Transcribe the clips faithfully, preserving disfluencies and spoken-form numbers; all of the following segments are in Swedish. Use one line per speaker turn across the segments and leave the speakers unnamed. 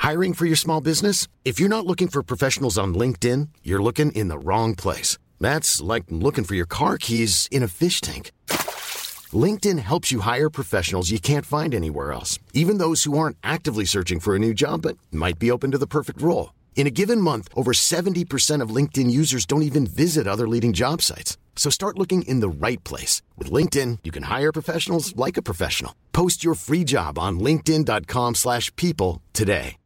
Hiring for your small business? If you're not looking for professionals on LinkedIn, you're looking in the wrong place. That's like looking for your car keys in a fish tank. LinkedIn helps you hire professionals you can't find anywhere else, even those who aren't actively searching for a new job but might be open to the perfect role. In a given month, over seventy percent of LinkedIn users don't even visit other leading job sites. So start looking in the right place. With LinkedIn, you can hire professionals like a professional. Post your free job on linkedin dot com slash people today.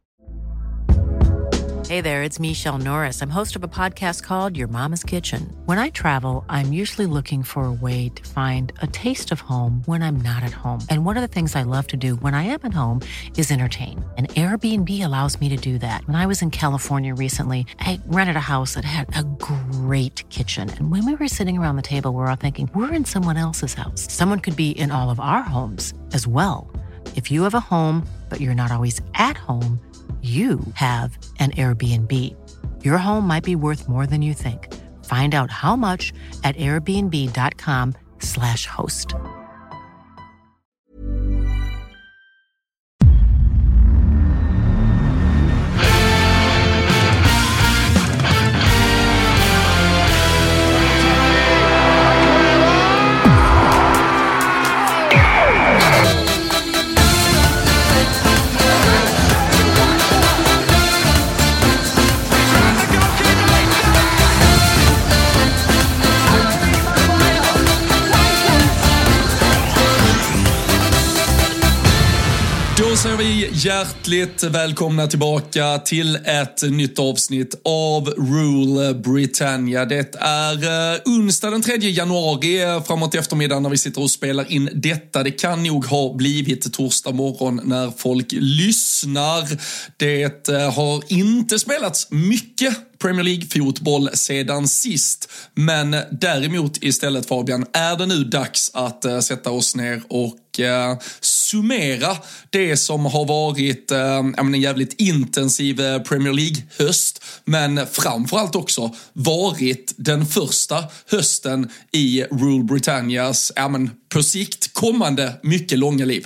Hey there, it's Michelle Norris. I'm host of a podcast called Your Mama's Kitchen. When I travel, I'm usually looking for a way to find a taste of home when I'm not at home. And one of the things I love to do when I am at home is entertain. And Airbnb allows me to do that. When I was in California recently, I rented a house that had a great kitchen. And when we were sitting around the table, we were all thinking, we're in someone else's house. Someone could be in all of our homes as well. If you have a home, but you're not always at home, you have an Airbnb. Your home might be worth more than you think. Find out how much at airbnb dot com slash host.
Då säger vi hjärtligt välkomna tillbaka till ett nytt avsnitt av Rule Britannia. Det är uh, onsdag den tredje januari framåt eftermiddagen när vi sitter och spelar in detta. Det kan nog ha blivit torsdag morgon när folk lyssnar. Det uh, har inte spelats mycket Premier League-fotboll sedan sist. Men däremot istället, Fabian, är det nu dags att uh, sätta oss ner och uh, summera det som har varit uh, en jävligt intensiv uh, Premier League-höst. Men framförallt också varit den första hösten i Rule Britannias ja, men på sikt kommande mycket långa liv.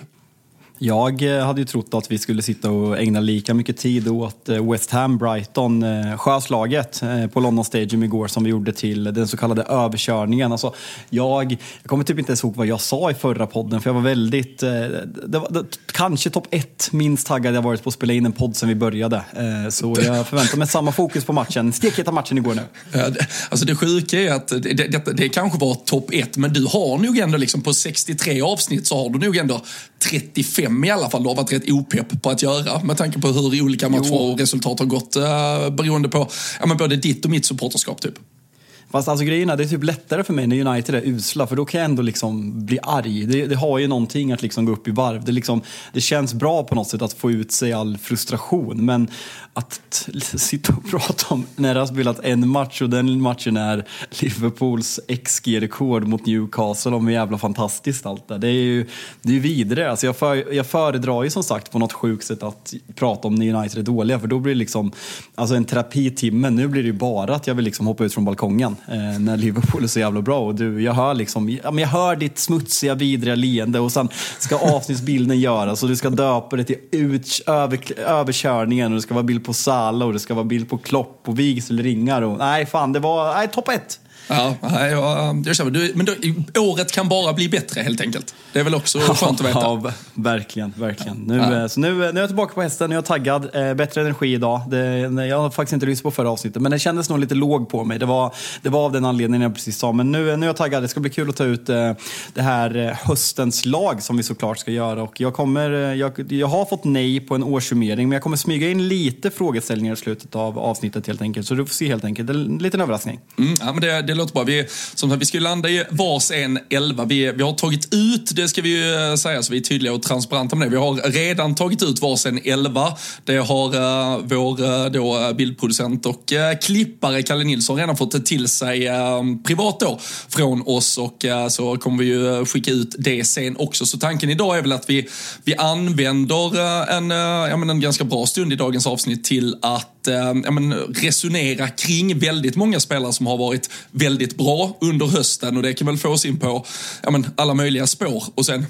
Jag hade ju trott att vi skulle sitta och ägna lika mycket tid åt West Ham Brighton sjöslaget på London Stadium igår som vi gjorde till den så kallade överkörningen. Alltså, jag, jag kommer typ inte ens ihåg vad jag sa i förra podden, för jag var väldigt det var, det, kanske topp ett minst taggad jag varit på att spela in en podd sen vi började. Så jag förväntar mig samma fokus på matchen. Stekheta matchen igår nu.
Ja, det, alltså det sjuka är att det, det, det kanske var topp ett, men du har nog ändå liksom på sextiotre avsnitt så har du nog ändå trettiofem i alla fall. Du har varit rätt opepp på att göra med tanke på hur olika matcher och resultat har gått uh, beroende på ja, men både ditt och mitt supporterskap typ.
Fast alltså grejerna, det är typ lättare för mig när United är usla, för då kan jag ändå liksom bli arg. Det, det har ju någonting att liksom gå upp i varv. Det, liksom, det känns bra på något sätt att få ut sig all frustration, men att sitta och prata om när det har spelat en match och den matchen är Liverpools X G-rekord mot Newcastle, om hur jävla fantastiskt allt det. Det är ju, det är ju vidare. Alltså jag, för, jag föredrar ju som sagt på något sjukt sätt att prata om när United är dåliga, för då blir det liksom alltså en terapitimme. Nu blir det ju bara att jag vill liksom hoppa ut från balkongen eh, när Liverpool är så jävla bra, och du, jag hör liksom ja, men jag hör ditt smutsiga, vidriga leende, och sen ska avsnittsbilden göras och du ska döpa det till ut, över, överkörningen, och det ska vara bild på Salah och det ska vara bild på Klopp och vigselringar och nej fan, det var nej, topp ett.
Ja, jag, jag känner, du, men då, året kan bara bli bättre helt enkelt. Det är väl också skönt att veta.
Ja, verkligen, verkligen. Nu, ja. Så nu, nu är jag tillbaka på hästen, nu är jag taggad. Eh, bättre energi idag. Det, jag har faktiskt inte lyssnat på förra avsnittet, men det kändes nog lite låg på mig. Det var, det var av den anledningen jag precis sa. Men nu, nu är jag taggad. Det ska bli kul att ta ut eh, det här höstens lag som vi såklart ska göra. Och jag, kommer, jag, jag har fått nej på en årssummering, men jag kommer smyga in lite frågeställningar i slutet av avsnittet helt enkelt. Så du får se helt enkelt. Det är en liten överraskning.
Mm, ja, men det, det låter bra. Vi, som sagt, vi ska landa i vars en elva. Vi, vi har tagit ut, det ska vi ju säga så vi är tydliga och transparenta med det. Vi har redan tagit ut vars en elva. Det har uh, vår uh, då, bildproducent och uh, klippare Kalle Nilsson redan fått till sig uh, privat då från oss, och uh, så kommer vi ju skicka ut det sen också. Så tanken idag är väl att vi, vi använder uh, en, uh, ja, men en ganska bra stund i dagens avsnitt till att ja, men, resonera kring väldigt många spelare som har varit väldigt bra under hösten, och det kan väl få oss in på ja, men, alla möjliga spår, och sen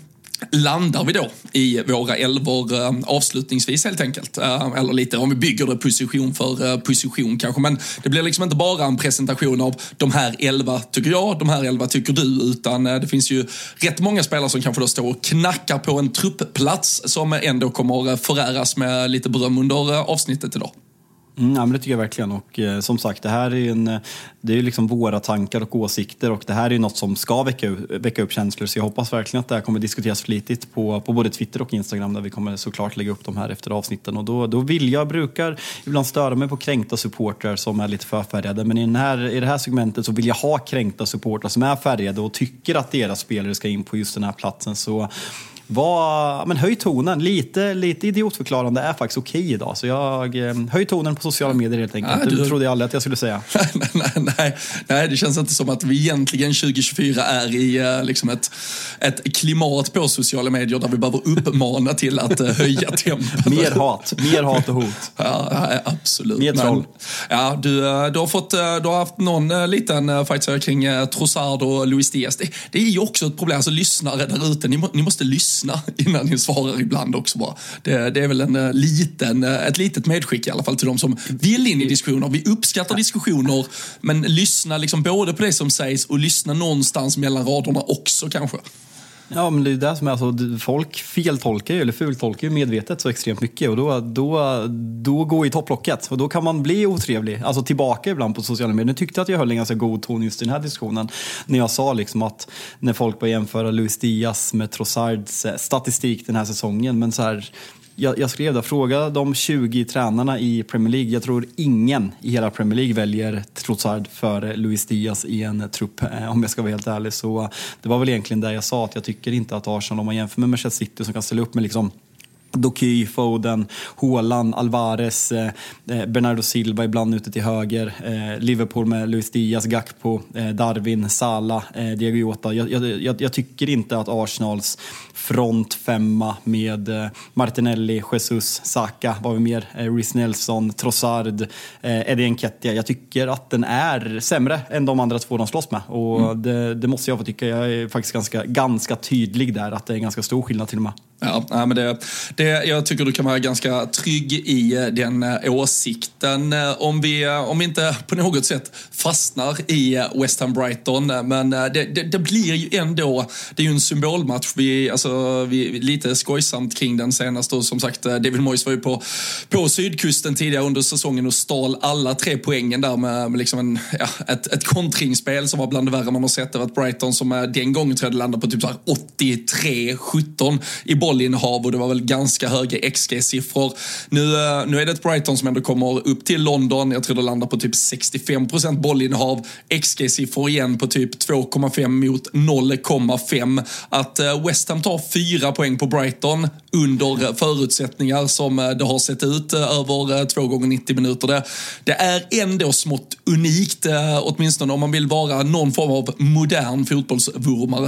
landar vi då i våra elvor äh, avslutningsvis helt enkelt. Äh, eller lite om vi bygger det position för äh, position kanske. Men det blir liksom inte bara en presentation av de här elva tycker jag, de här elva tycker du. Utan äh, det finns ju rätt många spelare som kanske då står och knackar på en truppplats som ändå kommer föräras med lite beröm under äh, avsnittet idag.
Mm, ja, men det tycker jag verkligen. Och eh, som sagt, det här är ju en, det är ju liksom våra tankar och åsikter, och det här är ju något som ska väcka, väcka upp känslor, så jag hoppas verkligen att det här kommer diskuteras flitigt på, på både Twitter och Instagram, där vi kommer såklart lägga upp de här efter avsnitten. Och då, då vill jag, brukar ibland störa mig på kränkta supportrar som är lite förfärgade, men i, den här, i det här segmentet så vill jag ha kränkta supportrar som är färgade och tycker att deras spelare ska in på just den här platsen. Så Var, men höj tonen, lite, lite idiotförklarande är faktiskt okej idag. Så jag höj tonen på sociala medier helt enkelt. Ja, du... Det trodde jag aldrig att jag skulle säga.
nej, nej, nej, nej, det känns inte som att vi egentligen tjugo tjugofyra är i liksom ett, ett klimat på sociala medier där vi behöver uppmana till att höja tempot.
Mer hat, mer hat och hot.
Ja, absolut.
Mer troll. Men,
ja, du, du, har fått, du har haft någon liten fight kring Trossard och Luis Diaz. Det, det är ju också ett problem, alltså lyssnare där ute, ni, må, ni måste lyssna innan ni svarar ibland också bara. Det, det är väl en liten, ett litet medskick i alla fall till de som vill in i diskussioner. Vi uppskattar diskussioner, men lyssna liksom både på det som sägs och lyssna någonstans mellan raderna också kanske.
Ja, men det är det som är alltså, folk feltolkar ju, eller fultolkar ju medvetet så extremt mycket, och då, då, då går i topplocket, och då kan man bli otrevlig, alltså tillbaka ibland på sociala medier. Nu tyckte jag att jag höll en ganska god ton just i den här diskussionen när jag sa liksom att när folk börjar jämföra Luis Diaz med Trossards statistik den här säsongen, men så här, Jag, jag skrev där, fråga de tjugo tränarna i Premier League. Jag tror ingen i hela Premier League väljer Trossard för Luis Diaz i en trupp, om jag ska vara helt ärlig. Så det var väl egentligen där jag sa att jag tycker inte att Arsenal, om man jämför med Manchester City som kan ställa upp med liksom Doky, Foden, Haaland, Alvarez, eh, Bernardo Silva ibland ute till höger, eh, Liverpool med Luis Diaz, Gakpo, eh, Darwin, Salah, eh, Diego Jota. Jag, jag, jag tycker inte att Arsenals front femma med eh, Martinelli, Jesus, Saka, vad vi mer, eh, Reece Nelson, Trossard, eh, Eddie Nketiah. Jag tycker att den är sämre än de andra två de slåss med, och mm. det, det måste jag få tycka. Jag är faktiskt ganska, ganska tydlig där att det är en ganska stor skillnad till och med.
Ja, men det, det, jag tycker du kan vara ganska trygg i den åsikten. Om vi, om vi inte på något sätt fastnar i West Ham Brighton, men det, det, det blir ju ändå, det är ju en symbolmatch. Vi, alltså, vi lite skojsamt kring den senaste, och som sagt, David Moyes var ju på, på sydkusten tidigare under säsongen och stal alla tre poängen där med, med liksom en, ja, ett, ett kontringsspel som var bland det värre man har sett. Det var att Brighton som den gången tror jag landade på typ så här åttiotre sjutton i boll innehav, och det var väl ganska höga X G-siffror. Nu, nu är det ett Brighton som ändå kommer upp till London. Jag tror det landar på typ sextiofem procent bollinnehav. X G-siffror igen på typ två komma fem mot noll komma fem. Att West Ham tar fyra poäng på Brighton under förutsättningar som det har sett ut över två gånger nittio minuter. Det, det är ändå smått unikt, åtminstone om man vill vara någon form av modern fotbollsvurmare.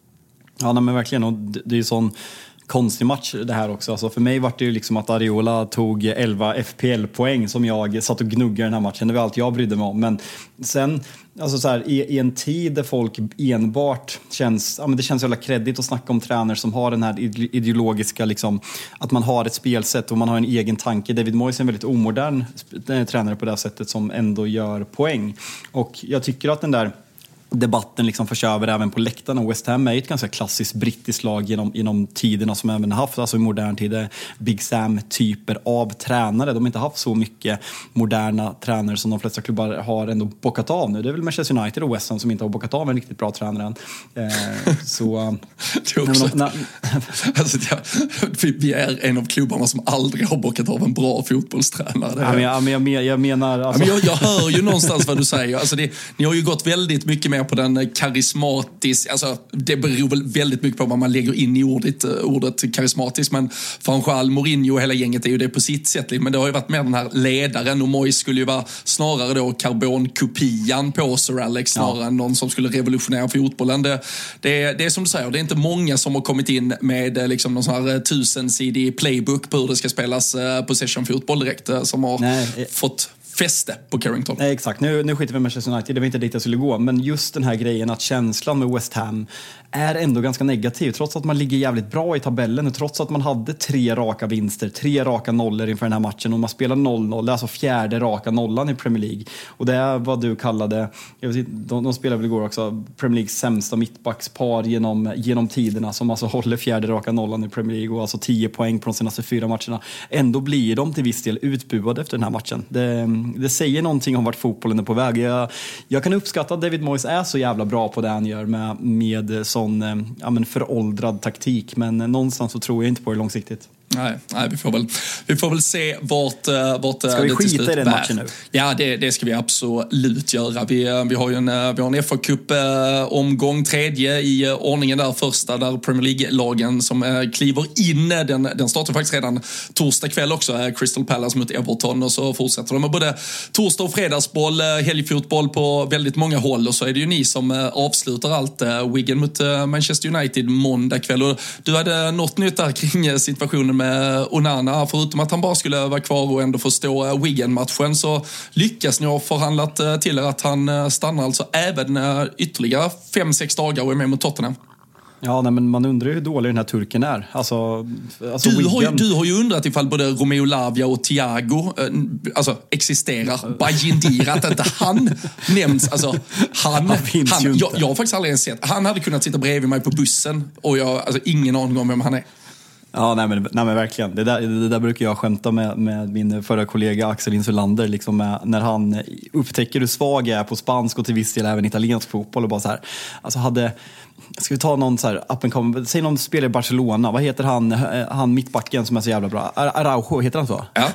Ja, nej, men verkligen. Och det, det är ju sån konstig match det här också. Alltså för mig var det ju liksom att Areola tog elva F P L-poäng som jag satt och gnuggade den här matchen. Det var allt jag brydde mig om. Men sen, alltså så här, i, i en tid där folk enbart känns, ja men det känns jävla kreddigt att snacka om tränare som har den här ideologiska liksom, att man har ett spelsätt och man har en egen tanke. David Moyes är en väldigt omodern tränare på det här sättet som ändå gör poäng. Och jag tycker att den där debatten liksom förs över även på läktarna. West Ham är ett ganska klassiskt brittiskt lag genom, genom tiderna som även haft, alltså i modern tid, Big Sam-typer av tränare. De har inte haft så mycket moderna tränare som de flesta klubbar har ändå bockat av nu. Det är väl Manchester United och West Ham som inte har bockat av en riktigt bra tränare än. Eh, så...
det är också... Na, alltså, ja, vi är en av klubbarna som aldrig har bockat av en bra fotbollstränare.
Ja, men jag, men jag, jag menar... Alltså...
Ja, men jag, jag hör ju någonstans vad du säger. Alltså det, ni har ju gått väldigt mycket mer på den karismatisk, alltså det beror väl väldigt mycket på vad man lägger in i ordet, ordet karismatisk, men Fanchal, Mourinho och hela gänget är ju det på sitt sätt, men det har ju varit mer den här ledaren, och Moyes skulle ju vara snarare då karbonkopian på Sir Alex snarare ja. än någon som skulle revolutionera fotbollen. Det, det, det är som du säger, det är inte många som har kommit in med liksom någon sån här tusensidig playbook på hur det ska spelas possession-fotboll direkt, som har Nej. fått fäste på Carrington.
Nej, exakt, nu, nu skiter vi med Manchester United, det var inte dit jag skulle gå, men just den här grejen att känslan med West Ham är ändå ganska negativ, trots att man ligger jävligt bra i tabellen och trots att man hade tre raka vinster, tre raka nollor inför den här matchen och man spelar noll noll, det är alltså fjärde raka nollan i Premier League och det är vad du kallade, jag vet, de, de spelade väl igår också, Premier Leagues sämsta mittbackspar genom, genom tiderna som alltså håller fjärde raka nollan i Premier League och alltså tio poäng på de senaste fyra matcherna. Ändå blir de till viss del utbuade efter den här matchen. Det, det säger någonting om vart fotbollen är på väg. Jag, jag kan uppskatta att David Moyes är så jävla bra på det han gör med, med sån ja, men föråldrad taktik, men någonstans så tror jag inte på det långsiktigt.
Nej, nej vi, får väl, vi får väl se vart, vart
ska vi skita i den matchen nu?
Ja, det, det ska vi absolut göra. Vi, vi har ju en, vi har en F A Cup-omgång, tredje i ordningen där, första där Premier League-lagen som kliver in. Den, den startar faktiskt redan torsdag kväll också, Crystal Palace mot Everton, och så fortsätter de med både torsdag- och fredagsboll, helgfotboll på väldigt många håll, och så är det ju ni som avslutar allt. Wigan mot Manchester United måndag kväll, och du hade något nytt där kring situationen med Onana, förutom att han bara skulle vara kvar och ändå få stå Wigan-matchen, så lyckas ni ha förhandlat till er att han stannar alltså även ytterligare fem sex dagar och är med mot Tottenham.
Ja, nej, men man undrar ju hur dålig den här turken är. Alltså, alltså
du, har ju, du har ju undrat ifall både Romeo Lavia och Thiago äh, alltså, existerar. Bajindir, att inte han nämns. Alltså, han, han, han jag, jag har faktiskt aldrig ens sett. Han hade kunnat sitta bredvid mig på bussen och jag har alltså, ingen aning om vem han är.
Ja, nej men, nej men verkligen. Det där, det där brukar jag skämta med, med min förra kollega Axel Insulander, liksom med, när han upptäcker hur svag jag är på spansk och till viss del även italiensk fotboll, och bara så här, alltså hade, ska vi ta någon så här up and come, säg någon spelare i Barcelona, vad heter han, han mittbacken som är så jävla bra, Araujo, heter han så?
Ja.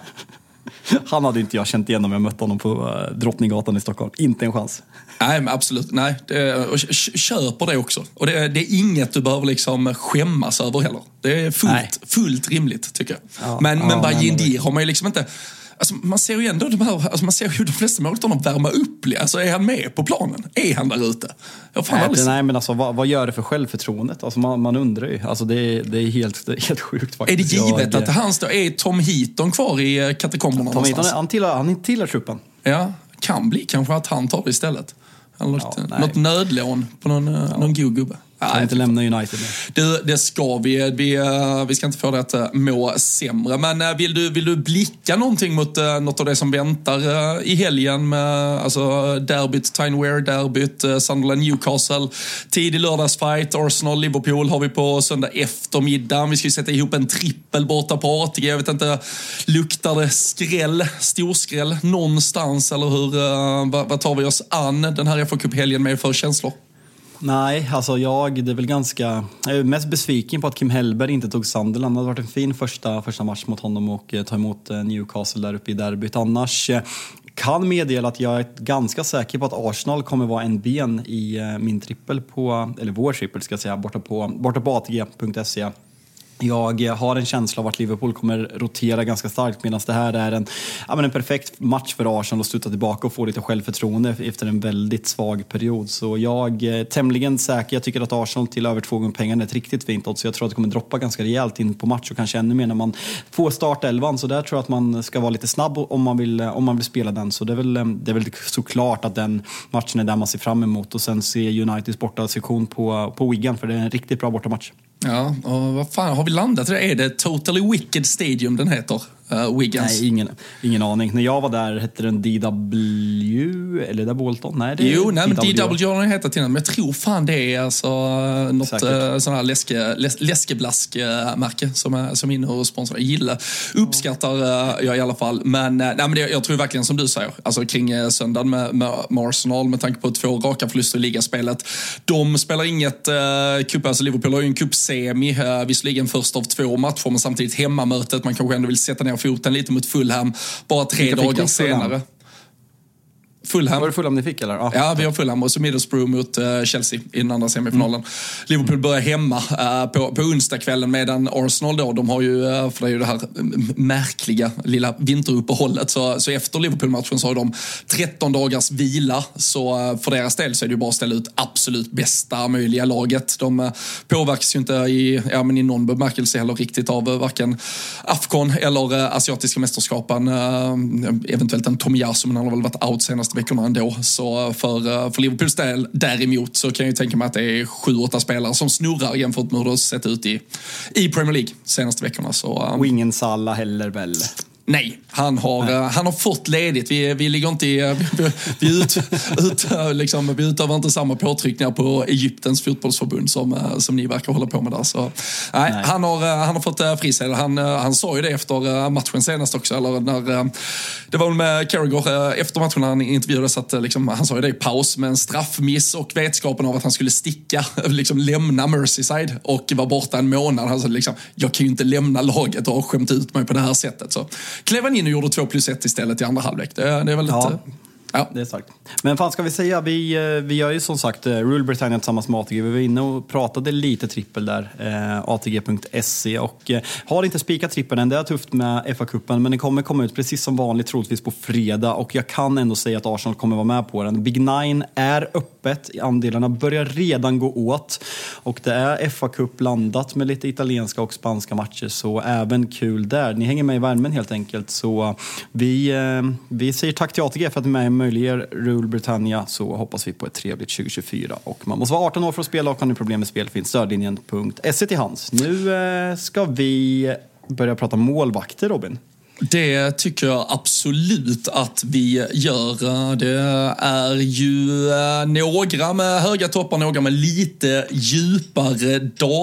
Han hade inte jag känt igen om jag mött honom på Drottninggatan i Stockholm. Inte en chans.
Nej, men absolut. Nej, det, och köper det också. Och det, det är inget du behöver liksom skämmas över heller. Det är fullt, fullt rimligt, tycker jag. Ja, men ja, men Bajindir har man ju liksom inte... Alltså, man ser ju ändå de här, alltså, man ser ju de flesta målvakterna värma upp. Alltså, är han med på planen? Är han där ute? Jag fan
nej, nej, men alltså, vad, vad gör det för självförtroendet? Alltså, man, man undrar ju. Alltså, det, är, det, är helt, det är helt sjukt faktiskt.
Är det givet jag, att han står, är Tom Heaton kvar i katakomberna?
Tom Heaton, han tillhör, han tillhör truppen.
Ja, kan bli kanske att han tar det istället. Eller ja, något, något nödlån på någon, ja. någon god gubbe.
Kan inte lämna United nu.
Det, det ska vi. vi. Vi ska inte få det att må sämre. Men vill du, vill du blicka någonting mot uh, något av det som väntar uh, i helgen med alltså, derbyt, Tyne Wear-derbyt, uh, Sunderland Newcastle, tidig lördagsfight, Arsenal Liverpool har vi på söndag eftermiddag. Vi ska ju sätta ihop en trippel borta på A T G. Jag vet inte, luktar det skräll, storskräll någonstans, eller hur? Uh, vad, vad tar vi oss an den här F A Cup-helgen med för känslor?
Nej, alltså jag, det är väl ganska, jag är mest besviken på att Kim Hellberg inte tog Sunderland. Det hade varit en fin första, första match mot honom och ta emot Newcastle där uppe i derbyt. Annars kan meddela att jag är ganska säker på att Arsenal kommer vara en ben i min trippel på, eller vår trippel ska jag säga, borta på, borta på A T G punkt se. Jag har en känsla av att Liverpool kommer rotera ganska starkt, medan det här är en, ja, men en perfekt match för Arsenal att sluta tillbaka och få lite självförtroende efter en väldigt svag period. Så jag är tämligen säker. Jag tycker att Arsenal till över två gånger pengarna är ett riktigt fint odds, så jag tror att det kommer droppa ganska rejält in på match och kanske ännu mer när man får startelvan. Så där tror jag att man ska vara lite snabb om man vill, om man vill spela den. Så det är väl, det är väl såklart att den matchen är där man ser fram emot, och sen se Uniteds borta sektion på, på Wigan, för det är en riktigt bra bortamatch.
Ja, och vad fan har vi landat? Är det Totally Wicked Stadium den heter? Uh, Wiggins?
Nej, ingen, ingen aning. När jag var där hette den D W, eller där Bolton? Nej, det
jo, nej, men D W har den hetat till den, men jag tror fan det är alltså något uh, sån här läske, läs, läskeblask-märke som är som inne och sponsrar. Jag gillar, uppskattar uh, jag i alla fall, men, uh, nej, men det, jag tror verkligen som du säger, alltså kring uh, söndagen med, med, med Arsenal, med tanke på två raka förluster i ligaspelet. De spelar inget uh, cup, alltså Liverpool har ju en cupsemi, uh, visserligen först av två matcher, men samtidigt hemmamötet, man kanske ändå vill sätta ner foten lite mot Fulham bara tre dagar senare. Fulham.
Var det Fulham ni fick eller?
Ja, ja vi har Fulham och så Middlesbrough mot uh, Chelsea i den andra semifinalen. Mm. Liverpool börjar hemma uh, på, på onsdagskvällen medan Arsenal då, de har ju, uh, för det är ju det här märkliga lilla vinteruppehållet, så, så efter Liverpool-matchen så har de tretton dagars vila, så uh, för deras del så är det ju bara att ställa ut absolut bästa möjliga laget. De uh, påverkas ju inte i, ja, men i någon bemärkelse heller riktigt av uh, varken Afcon eller uh, asiatiska mästerskapen, uh, eventuellt en Tomiyasu, men han har väl varit out senaste veckorna ändå. Så för, för Liverpools del däremot så kan jag ju tänka mig att det är sju, åtta spelare som snurrar jämfört med hur det har sett ut i, i Premier League senaste veckorna. Så, um,
och ingen Salah heller väl?
Nej, han har, Nej. Uh, han har fått ledigt. Vi, vi ligger inte i, vi, vi, ut, ut, liksom, vi utövar inte samma påtryckningar på Egyptens fotbollsförbund som, uh, som ni verkar hålla på med där. Så, nej, Nej. Han, har, uh, han har fått uh, frisedel. Han, uh, han sa ju det efter uh, matchen senast också. Eller när, uh, det var väl med Carragher uh, efter matchen när han intervjuades att uh, liksom, han sa ju det i paus med en straffmiss och vetskapen av att han skulle sticka, liksom lämna Merseyside och vara borta en månad. Alltså, liksom, jag kan ju inte lämna laget och ha skämt ut mig på det här sättet. Så klev han in och gjorde två plus ett istället i andra halvlek. Det, det är väl
ja.
lite... Ja,
det är sagt. Men fan ska vi säga, vi, vi gör ju som sagt Rule Britannia tillsammans med A T G. Vi var inne och pratade lite trippel där, eh, A T G punkt se, och eh, har inte spikat trippeln än. Det är tufft med F A-cupen, men den kommer komma ut precis som vanligt troligtvis på fredag, och jag kan ändå säga att Arsenal kommer vara med på den. Big Nine är öppet, andelarna börjar redan gå åt, och det är F A-cup blandat med lite italienska och spanska matcher, så även kul där. Ni hänger med i värmen helt enkelt, så vi, eh, vi säger tack till A T G för att ni är med möjliggör Rule Britannia, så hoppas vi på ett trevligt tjugo tjugofyra. Och man måste vara arton år för att spela, och har ni problem med spel finns stödlinjen punkt se till hands. Nu eh, ska vi börja prata målvakter, Robin.
Det tycker jag absolut att vi gör. Det är ju några med höga toppar, några med lite djupare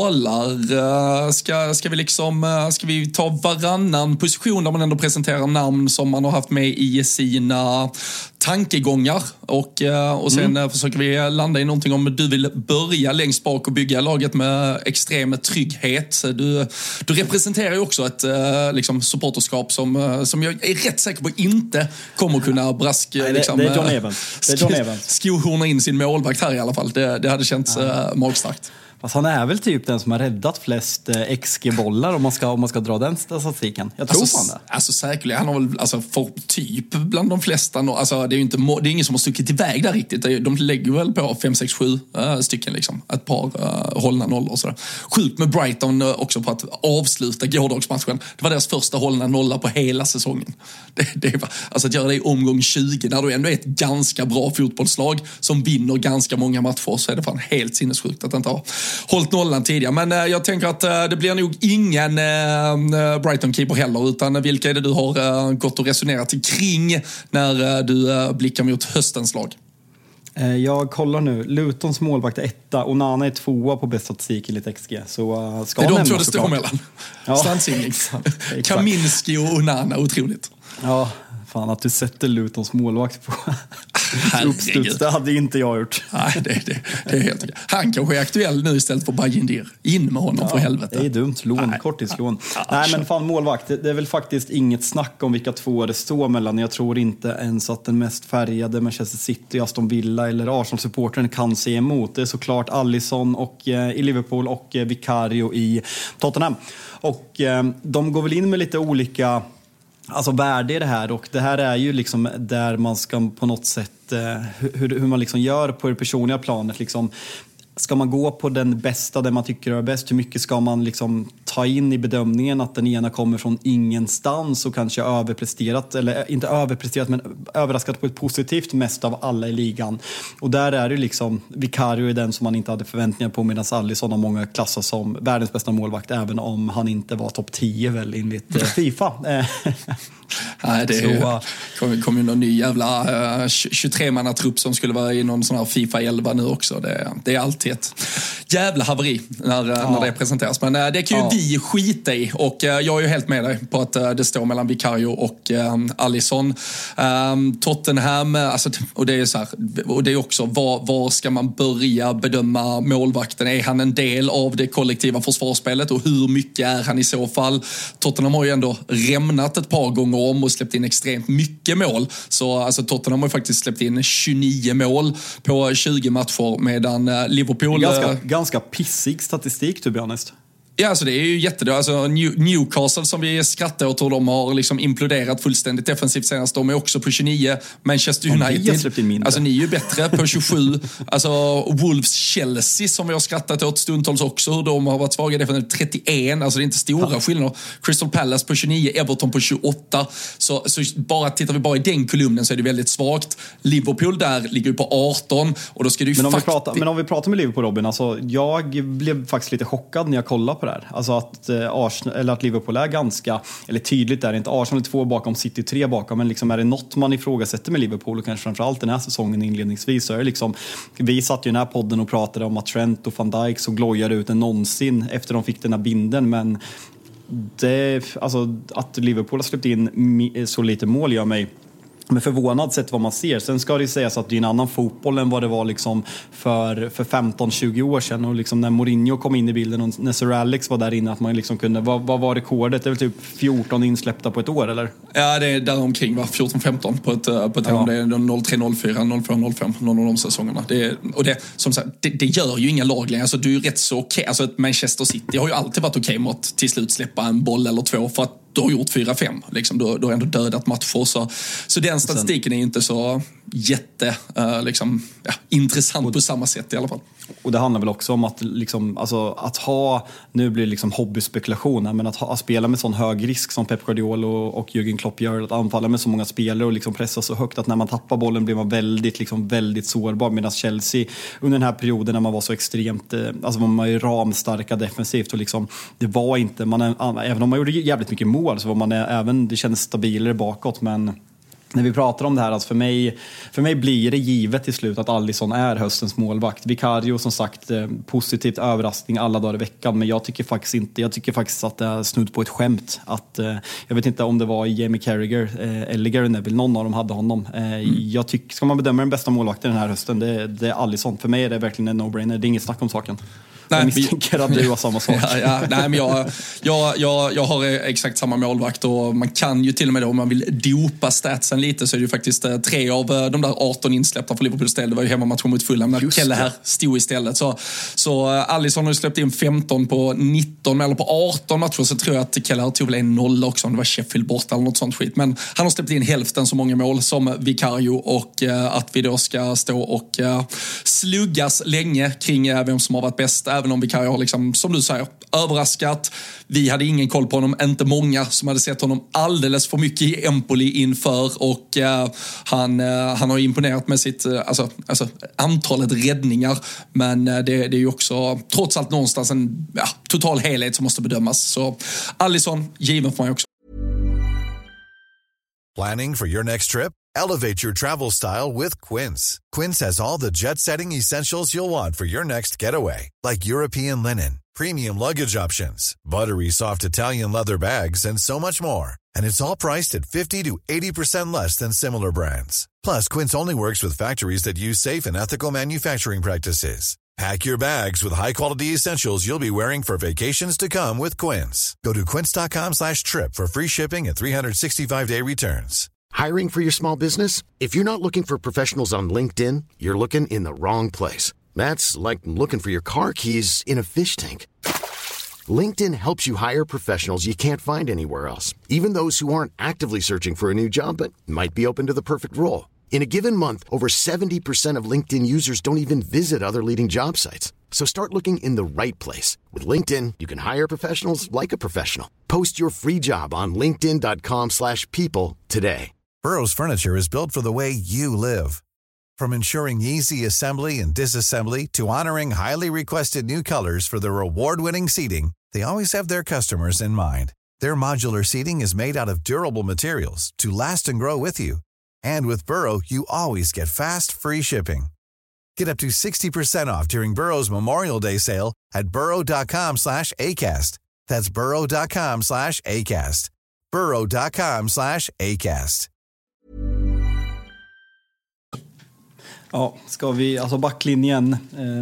dalar. Ska, ska vi liksom, ska vi ta varannan position där man ändå presenterar namn som man har haft med i sina tankegångar, och, och sen mm. försöker vi landa i någonting om du vill börja längst bak och bygga laget med extrem trygghet. Du, du representerar ju också ett liksom, supporterskap som, som jag är rätt säker på inte kommer kunna brask,
Nej, det,
liksom,
det är John Evans. Det är John Evans.
skohorna in sin målvakt här i alla fall. Det, det hade känts ja. magstarkt.
Fast han är väl typ den som har räddat flest X G-bollar om man ska, om man ska dra den statistiken. Jag tror
alltså,
fan det.
Alltså säkerligen. Han har väl alltså, för typ bland de flesta. Alltså, det är ju inte, det är ingen som har stuckit iväg där riktigt. De lägger väl på fem, sex, sju äh, stycken liksom. Ett par äh, hållna nollor och sådär. Sjukt med Brighton äh, också på att avsluta gårdagsmatchen. Det var deras första hållna nolla på hela säsongen. Det, det var, alltså att göra det i omgång tjugo när du ändå är ett ganska bra fotbollslag som vinner ganska många matcher, så är det fan helt sinnessjukt att inte ha hållit nollan tidigare. Men äh, jag tänker att äh, det blir nog ingen äh, Brighton-keeper heller, utan vilka är det du har äh, gått och resonerat kring när äh, du äh, blickar mot höstens lag?
Jag kollar nu. Lutons målvakt är etta och Nana är tvåa på bäst statistik enligt X G. Så uh, ska
det är
de
två det står mellan.
Ja.
Standsingling. Kaminski och Onana, otroligt.
Ja, fan att du sätter Lutons målvakt på uppstuds. Det hade inte jag gjort.
Nej, det, det, det är helt okej. Han kanske är aktuell nu istället för Bajindir. In med honom, ja, för helvete.
Det är dumt. Lån, korttidslån. Ja, Nej, men fan målvakt. Det är väl faktiskt inget snack om vilka två det står mellan. Jag tror inte ens att den mest färgade Manchester City, Aston Villa eller Arsenal-supportern kan se emot. Det är såklart Alisson och, eh, i Liverpool och eh, Vicario i Tottenham. Och eh, de går väl in med lite olika... Alltså värde i det här, och det här är ju liksom där man ska på något sätt eh, hur, hur man liksom gör på det personliga planet liksom. Ska man gå på den bästa, där man tycker är bäst? Hur mycket ska man liksom ta in i bedömningen att den ena kommer från ingenstans och kanske överpresterat, eller inte överpresterat men överraskat på ett positivt mest av alla i ligan. Och där är det liksom, Vicario är den som man inte hade förväntningar på, medan Alisson har många klassar som världens bästa målvakt, även om han inte var topp tio väl enligt eh, FIFA.
Nej, det är, kom, kom ju någon ny jävla uh, tjugotre-manna-trupp som skulle vara i någon sån här FIFA elva nu också. Det, det är alltid ett jävla haveri när, ja. när det presenteras. Men äh, det kan ju ja. vi skita i. Och äh, jag är ju helt med dig på att äh, det står mellan Vicario och äh, Alisson. Ähm, Tottenham, alltså, och det är så här, och det är också, var, var ska man börja bedöma målvakten? Är han en del av det kollektiva försvarsspelet? Och hur mycket är han i så fall? Tottenham har ju ändå rämnat ett par gånger om och släppt in extremt mycket mål. Så alltså, Tottenham har ju faktiskt släppt in tjugonio mål på tjugo matcher, medan äh, Liverpool...
Ganska, ganska pissig statistik, to be honest.
Ja, alltså det är ju jättedå. Alltså Newcastle, som vi skrattar åt hur de har liksom imploderat fullständigt defensivt senast, de är också på tjugonio. Manchester United, alltså ni är ju bättre på tjugosju. Alltså Wolves Chelsea, som vi har skrattat åt stundtals också, hur de har varit svaga defensivt, trettioen. Alltså det är inte stora ja. skillnader. Crystal Palace på tjugonio, Everton på tjugoåtta. Så, så bara tittar vi bara i den kolumnen så är det väldigt svagt. Liverpool där ligger ju på arton, och då ska det ju
men om,
fakt-
vi pratar, men om vi pratar med Liverpool, Robin, alltså jag blev faktiskt lite chockad när jag kollade på det här. Alltså att, eh, Arsenal, eller att Liverpool är ganska, eller tydligt är det inte, Arsenal är två bakom, City tre bakom, men liksom är det något man ifrågasätter med Liverpool, och kanske framförallt den här säsongen inledningsvis, så är det liksom, vi satt ju i den här podden och pratade om att Trent och Van Dijk så glojade ut än någonsin efter de fick den här binden, men det, alltså, att Liverpool har släppt in så lite mål gör mig men förvånad sett vad man ser. Sen ska det sägas att det är en annan fotboll än vad det var liksom för, för femton tjugo år sedan. Och liksom när Mourinho kom in i bilden och när Sir Alex var där inne, att man liksom kunde, vad, vad var rekordet? Det är väl typ fjorton insläppta på ett år, eller?
Ja, det är där omkring, va? fjorton femton på ett, på ett ja. år. Det är noll tre noll fyra, noll fyra noll fem, någon av de säsongerna. Det är, och det, som sagt, det, det gör ju inga lag längre. Alltså, du är ju rätt så okej. Okay. Alltså, Manchester City har ju alltid varit okej okay med att till slut släppa en boll eller två, för att du har gjort fyra fem, liksom. du, du har ändå dödat matcher, så, så den statistiken är ju inte så jätte uh, liksom, ja, intressant och, på samma sätt i alla fall.
Och det handlar väl också om att, liksom, alltså, att ha, nu blir det liksom hobbyspekulationer, men att, ha, att spela med sån hög risk som Pep Guardiola och, och Jürgen Klopp gör, att anfalla med så många spelare och liksom pressa så högt att när man tappar bollen blir man väldigt, liksom, väldigt sårbar, medan Chelsea under den här perioden när man var så extremt, alltså man var ju ramstarka defensivt och liksom, det var inte, man är, även om man gjorde jävligt mycket mål så var man även, det kändes stabilare bakåt, men när vi pratar om det här, alltså för mig, för mig blir det givet till slut att Alisson är höstens målvakt. Vicario, som sagt, positivt överraskning alla dagar i veckan, men jag tycker faktiskt inte, jag tycker faktiskt att det är snudd på ett skämt att, jag vet inte om det var Jamie Carragher eller Gary Neville, någon av dem hade honom. Mm. Jag tycker, ska man bedöma den bästa målvakten den här hösten, det, det är Alisson. För mig är det verkligen en no-brainer, det är inget snack om saken. Nej, jag misstänker att du har samma sak.
Ja, ja, nej, men jag, jag, jag, jag har exakt samma målvakt, och man kan ju till och med då, om man vill dopa statsen lite, så är det ju faktiskt tre av de där arton insläppta för Liverpools del. Det var ju hemmamatchen mot Fulham när Kelle här stod istället. Så, så Alisson har ju släppt in femton på nitton, eller på arton matcher, så tror jag att Kelle här tog väl en noll också, om det var Sheffield borta eller något sånt skit. Men han har släppt in hälften så många mål som Vicario, och uh, att vi då ska stå och uh, sluggas länge kring uh, vem som har varit bäst, även om Vicario har, liksom, som du säger, överraskat. Vi hade ingen koll på honom, inte många som hade sett honom alldeles för mycket i Empoli inför, och uh, han, uh, han har imponerat med sitt uh, alltså, alltså, antalet räddningar, men uh, det, det är ju också trots allt någonstans en ja, total helhet som måste bedömas. Så Alisson, given för mig också.
Planning for your next trip? Elevate your travel style with Quince. Quince has all the jet-setting essentials you'll want for your next getaway, like European linen, premium luggage options, buttery soft Italian leather bags, and so much more. And it's all priced at fifty to eighty percent less than similar brands. Plus, Quince only works with factories that use safe and ethical manufacturing practices. Pack your bags with high-quality essentials you'll be wearing for vacations to come with Quince. Go to quince.com slash trip for free shipping and three sixty-five day returns.
Hiring for your small business? If you're not looking for professionals on LinkedIn, you're looking in the wrong place. That's like looking for your car keys in a fish tank. LinkedIn helps you hire professionals you can't find anywhere else, even those who aren't actively searching for a new job but might be open to the perfect role. In a given month, over seventy percent of LinkedIn users don't even visit other leading job sites. So start looking in the right place. With LinkedIn, you can hire professionals like a professional. Post your free job on linkedin dot com slash people today.
Burrow's furniture is built for the way you live. From ensuring easy assembly and disassembly to honoring highly requested new colors for their award-winning seating, they always have their customers in mind. Their modular seating is made out of durable materials to last and grow with you. And with Burrow, you always get fast, free shipping. Get up to sixty percent off during Burrow's Memorial Day sale at burrow.com slash ACAST. That's burrow.com slash ACAST. burrow.com slash ACAST.
Ja, ska vi, alltså backlinjen,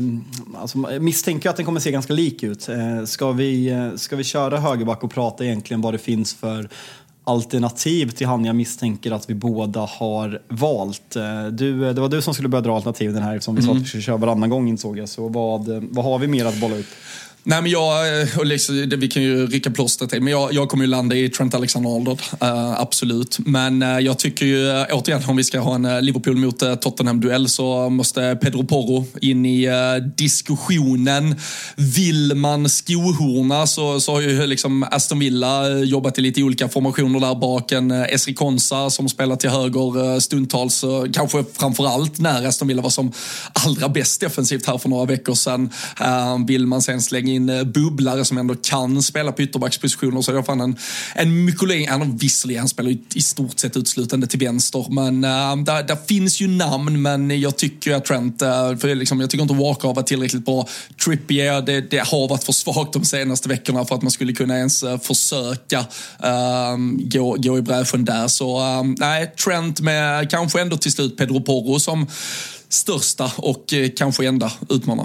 eh, alltså misstänker att den kommer se ganska lik ut. Eh, ska vi, ska vi köra högerback och prata egentligen vad det finns för alternativ till han jag misstänker att vi båda har valt. Du, det var du som skulle börja dra alternativen här eftersom vi mm. sa att vi skulle köra varannan gång, insåg jag. Så vad, vad har vi mer att bolla ut? Nej, men jag, och liksom, det, vi kan ju rycka plåstret till, men jag, jag kommer ju landa i Trent Alexander-Arnold, uh, absolut. Men uh, jag tycker ju, uh, återigen, om vi ska ha en uh, Liverpool mot uh, Tottenham-duell så måste Pedro Porro in i uh, diskussionen. Vill man skohorna så, så har ju liksom Aston Villa uh, jobbat i lite olika formationer där bak. En uh, Esri Konsa som spelar till höger uh, stundtals, uh, kanske framförallt när Aston Villa var som allra bäst defensivt här för några veckor sedan. Uh, vill man sen slänga in bubblare som ändå kan spela på ytterbackspositioner, så jag fann en, en Mykolin, han visserligen spelar i stort sett utslutande till vänster, men uh, där, där finns ju namn, men jag tycker att Trent, uh, för liksom, jag tycker inte Walker har varit tillräckligt bra. Trippier, det, det har varit för svagt de senaste veckorna för att man skulle kunna ens uh, försöka uh, gå, gå i bräschen där, så uh, nej, Trent med kanske ändå till slut Pedro Porro som största och uh, kanske enda utmanare.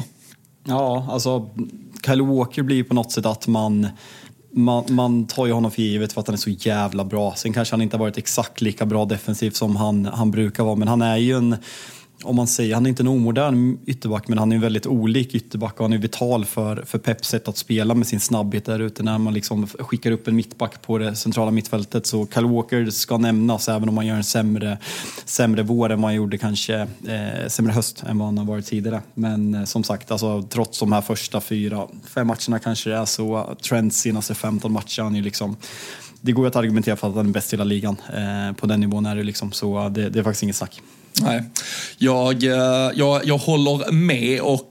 Ja, alltså Kyle Walker blir på något sätt att man, man, man tar ju honom för givet för att han är så jävla bra. Sen kanske han inte har varit exakt lika bra defensivt som han, han brukar vara, men han är ju en, om man säger, han är inte en omodern ytterback, men han är en väldigt olik ytterback och han är vital för, för Peps sätt att spela med sin snabbhet där ute när man liksom skickar upp en mittback på det centrala mittfältet. Så Kyle Walker ska nämnas även om man gör en sämre, sämre vår än man gjorde, kanske eh, sämre höst än vad han har varit tidigare. Men eh, som sagt, alltså, trots de här första fyra, fem matcherna kanske det är så, Trents senaste femton matcher, han är liksom, det går att argumentera för att han är bäst i hela ligan. Eh, på den nivån är det liksom, så det, det är faktiskt inget snack.
Nej, jag, jag, jag håller med, och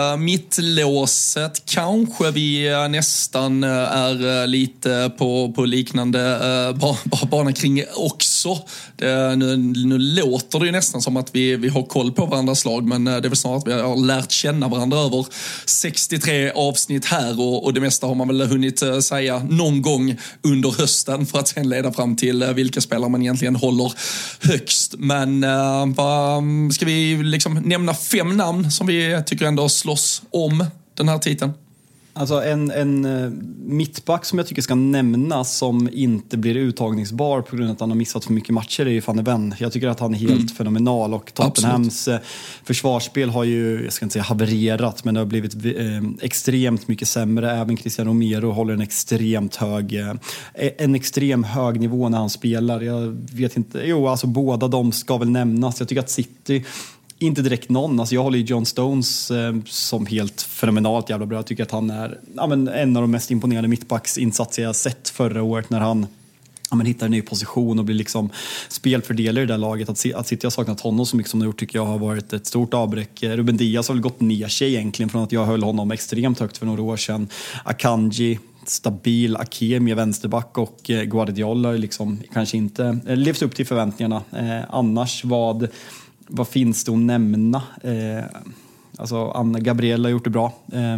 mittlåset kanske vi nästan är lite på, på liknande uh, bana kring också. Det, nu, nu låter det ju nästan som att vi, vi har koll på varandras lag, men det är väl snarare att vi har lärt känna varandra över sextiotre avsnitt här, och, och det mesta har man väl hunnit säga någon gång under hösten för att sen leda fram till vilka spelare man egentligen håller högst. Men uh, vad, ska vi liksom nämna fem namn som vi tycker ändå slåss om den här titeln?
Alltså en, en mittback som jag tycker ska nämnas som inte blir uttagningsbar på grund av att han har missat för mycket matcher är ju Van de Ven. Jag tycker att han är helt mm. fenomenal, och Tottenhams Absolut. försvarsspel har ju, jag ska inte säga havererat, men det har blivit eh, extremt mycket sämre. Även Cristiano Romero håller en extremt hög eh, en extrem hög nivå när han spelar. Jag vet inte, jo alltså båda de ska väl nämnas. Jag tycker att City, inte direkt någon. Alltså jag håller ju John Stones eh, som helt fenomenalt jävla bra. Jag tycker att han är ja, men en av de mest imponerande mittbacksinsatser jag sett förra året, när han ja, men hittar en ny position och blir liksom spelfördelare i det där laget. Att, att City har saknat honom så mycket som det gjort tycker jag har varit ett stort avbräck. Ruben Diaz har väl gått ner sig egentligen från att jag höll honom extremt högt för några år sedan. Akanji, stabil, Akemi vänsterback, och Guardiola liksom kanske inte levt upp till förväntningarna. Eh, annars vad Vad finns det att nämna? Eh, alltså Anna Gabriel har gjort det bra. Eh,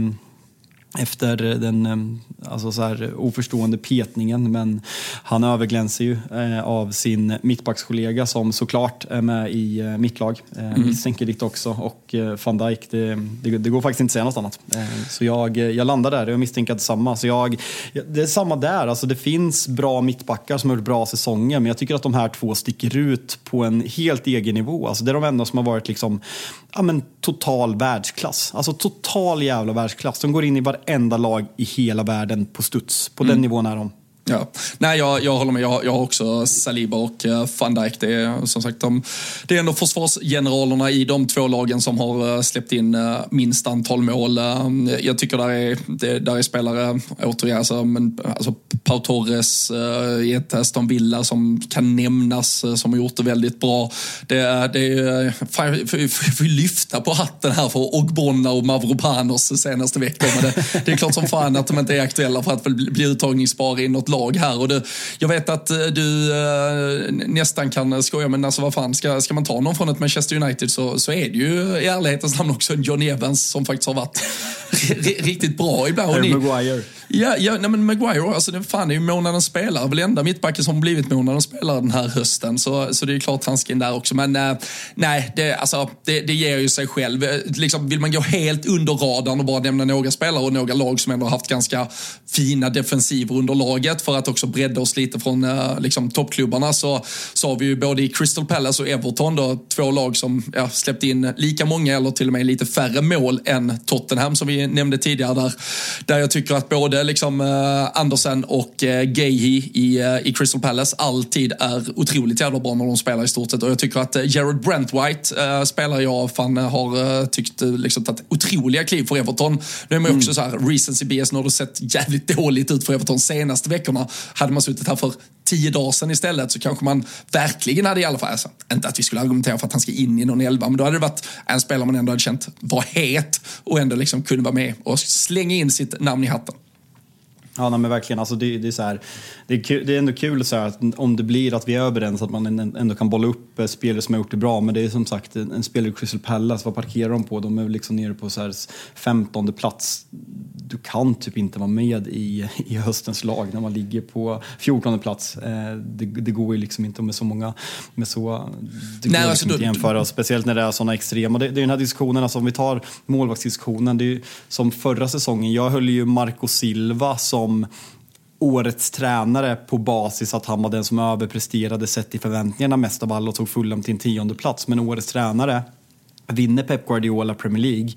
efter den alltså så här oförstående petningen, men han överglänser ju eh, av sin mittbackskollega som såklart är med i eh, mitt lag. Eh, mm. Misstänker lite också, och eh, Van Dijk, det, det, det går faktiskt inte att säga något annat. Eh, så jag, jag landar där och jag misstänker att samma. Så jag, det är samma där, alltså det finns bra mittbackar som har gjort bra säsonger, men jag tycker att de här två sticker ut på en helt egen nivå. Alltså det är de enda som har varit liksom, ja men total världsklass. Alltså total jävla världsklass. De går in i varenda lag i hela världen på studs. På mm. den nivån är de.
Ja, nej jag, jag håller med. Jag, jag har också Saliba och uh, Van Dijk. Det är som sagt de, det är ändå försvarsgeneralerna i de två lagen som har uh, släppt in uh, minst antal mål. Uh, jag tycker där är, det, där är spelare återigen, alltså, men, alltså Pau Torres i ett Aston Villa som kan nämnas, som har gjort det väldigt bra. Det är, det är fan, vi får lyfta på hatten här för Ogbonna och Mavropanos senaste veckan. Men det, det är klart som fan att de inte är aktuella för att bli uttagningsbara i något lag här. Och det, jag vet att du äh, nästan kan skoja, men alltså vad fan, ska, ska man ta någon från ett Manchester United så, så är det ju i ärlighetens namn också en John Evans som faktiskt har varit riktigt bra ibland.
Harry Maguire.
Ja, ja nej, men Maguire, alltså det fan är ju månadens spelare, väl enda mittbacken som blivit månadens spelare den här hösten, så, så det är klart han ska in där också, men äh, nej, det, alltså, det, det ger ju sig själv. Liksom, vill man gå helt under radarn och bara nämna några spelare och några lag som ändå har haft ganska fina defensiver under laget för att också bredda oss lite från äh, liksom, toppklubbarna, så, så har vi ju både i Crystal Palace och Everton då, två lag som ja, släppt in lika många eller till och med lite färre mål än Tottenham som vi nämnde tidigare, där, där jag tycker att både liksom eh, Andersen och eh, Gahey i, eh, i Crystal Palace alltid är otroligt jävla bra när de spelar i stort sett, och jag tycker att eh, Jared Brentwaite eh, spelar jag fan har eh, tyckt eh, liksom tagit otroliga kliv för Everton. Nu är man ju också mm. så här recency bias, när det sett jävligt dåligt ut för Everton senaste veckorna. Hade man suttit här för tio dagar sedan istället så kanske man verkligen hade i alla fall, alltså, inte att vi skulle argumentera för att han ska in i någon elva, men då hade det varit en spelare man ändå hade känt var het och ändå liksom kunde vara med och slänga in sitt namn i hatten.
Ja, nej, men verkligen. Alltså det, det är så här, det är, kul, det är ändå kul så här, att om det blir att vi är överens att man ändå kan bolla upp spelare som har gjort det bra. Men det är som sagt en, en spelare i Crystal Palace, vad parkerar de på? De är liksom nere på så här femtonde plats. Du kan typ inte vara med i, i höstens lag när man ligger på fjortonde plats. Eh, det, det går ju liksom inte med så många, med så, det
Nej,
går
alltså,
liksom inte
du,
jämföra, speciellt när det är sådana extrema. Det, det är den här diskussionen, alltså om vi tar målvaktsdiskussionen, det är ju som förra säsongen. Jag höll ju Marco Silva som årets tränare på basis att han var den som överpresterade sett i förväntningarna mest av alla och tog Fulham till en tionde plats. Men årets tränare, vinner Pep Guardiola Premier League,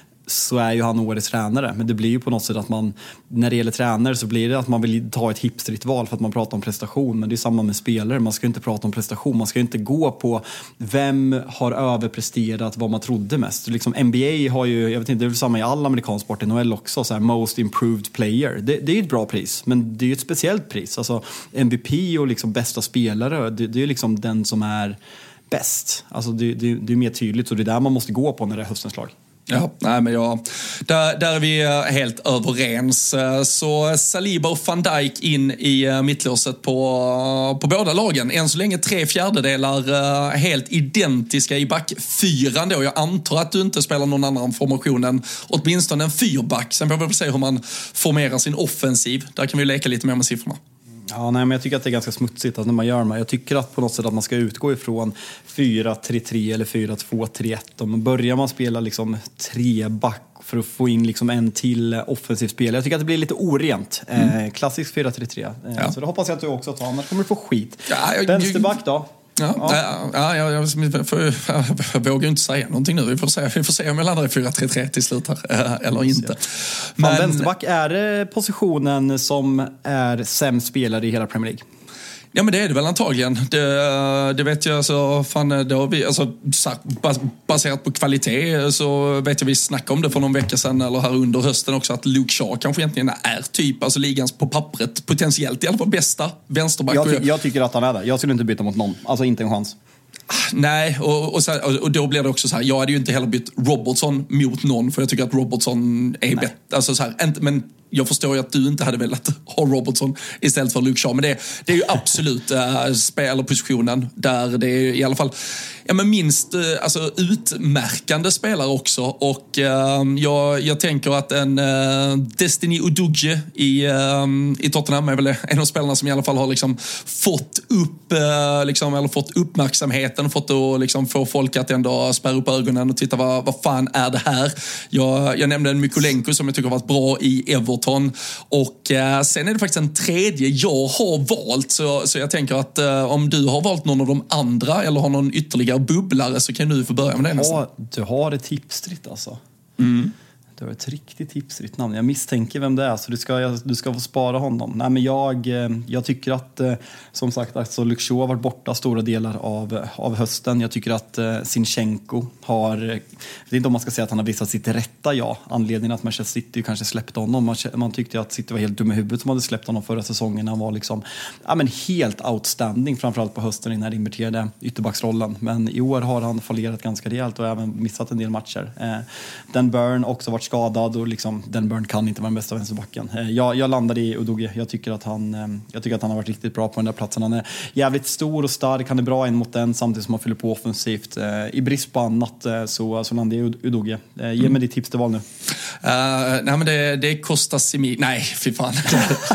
så är ju han årets tränare. Men det blir ju på något sätt att man, när det gäller tränare så blir det att man vill ta ett hipstrigt val för att man pratar om prestation. Men det är samma med spelare, man ska inte prata om prestation. Man ska inte gå på vem har överpresterat vad man trodde mest. Liksom N B A har ju, jag vet inte, det är väl samma i all amerikansk sport, N H L också, så här, most improved player. Det, det är ju ett bra pris, men det är ju ett speciellt pris. Alltså M V P och liksom bästa spelare, det, det är ju liksom den som är bäst. Alltså det, det, det är mer tydligt, och det är där man måste gå på när det är höstens lag.
Ja, nej men jag, där, där är vi helt överens. Så Saliba och Van Dijk in i mittlåset på, på båda lagen. Än så länge tre fjärdedelar helt identiska i backfyran då. Jag antar att du inte spelar någon annan formation än åtminstone en fyrback. Sen får vi väl se hur man formerar sin offensiv. Där kan vi leka lite mer med siffrorna.
Ja, nej, men jag tycker att det är ganska smutsigt att när man gör det. Jag tycker att på något sätt att man ska utgå ifrån fyra tre tre eller fyra två tre ett. Om man börjar man spela liksom tre back för att få in liksom en till offensiv spel. Jag tycker att det blir lite orent. Mm. Eh, klassisk fyra tre tre. Eh, ja. Så det hoppas jag att du också tar, annars kommer du få skit. Ja, jag, Vänsterback då?
Ja, ja. ja, ja jag, jag, jag, jag, jag vågar inte säga någonting nu. Vi får se, vi får se om jag landar i fyra tre tre till slut här, eller inte.
Men vänsterback, är det positionen som är sämst spelare i hela Premier League?
Ja, men det är det väl antagligen. Det, det vet jag, så fan, det har vi, alltså, baserat på kvalitet så vet jag vi snackade om det för någon vecka sedan eller här under hösten också, att Luke Shaw kanske egentligen är typ, alltså ligans på pappret potentiellt i alla fall bästa vänsterback.
Jag, ty- jag tycker att han är där. Jag skulle inte byta mot någon. Alltså inte en chans.
Nej, och, och, så, och då blir det också så här, jag hade ju inte heller bytt Robertson mot någon, för jag tycker att Robertson är bättre. Alltså så här, inte, men jag förstår ju att du inte hade velat ha Robertson istället för Luke Shaw, men det, det är ju absolut äh, spelarpositionen där det är i alla fall ja, men minst äh, alltså, utmärkande spelare också, och äh, jag, jag tänker att en äh, Destiny Udogie i, äh, i Tottenham är väl en av spelarna som i alla fall har liksom fått upp äh, liksom, eller fått uppmärksamheten, fått att liksom, få folk att ändå spärra upp ögonen och titta vad, vad fan är det här. Jag, jag nämnde en Mykolenko som jag tycker har varit bra i Everton. Och eh, sen är det faktiskt en tredje jag har valt, så, så jag tänker att eh, om du har valt någon av de andra eller har någon ytterligare bubblare så kan du få börja med det nästan.
Ja, du har ett tipstritt alltså.
Mm.
Det var ett riktigt tipsrikt namn. Jag misstänker vem det är, så du ska, du ska få spara honom. Nej, men jag, jag tycker att, som sagt, alltså Luke Shaw har varit borta stora delar av, av hösten. Jag tycker att Zinchenko har, jag vet inte om man ska säga att han har visat sitt rätta ja. Anledningen att Manchester City kanske släppte honom. Man, man tyckte att City var helt dum i huvudet som hade släppt honom förra säsongen. Han var liksom, ja, men helt outstanding, framförallt på hösten i den här inverterade ytterbacksrollen. Men i år har han fallerat ganska rejält och även missat en del matcher. Den Burn också varit skadad och liksom, Den Burn kan inte vara den bästa vänsterbacken. Jag, jag landade i Udogie. Jag tycker att han jag tycker att han har varit riktigt bra på den där platsen. Han är jävligt stor och stark. Han är bra in mot den samtidigt som han fyller på offensivt. I brist på annat så, så landade jag i Udogie. Ge mig mm. ditt tips till val nu. Uh,
nej men det, det kostar Simi. Nej, fy fan.
Jag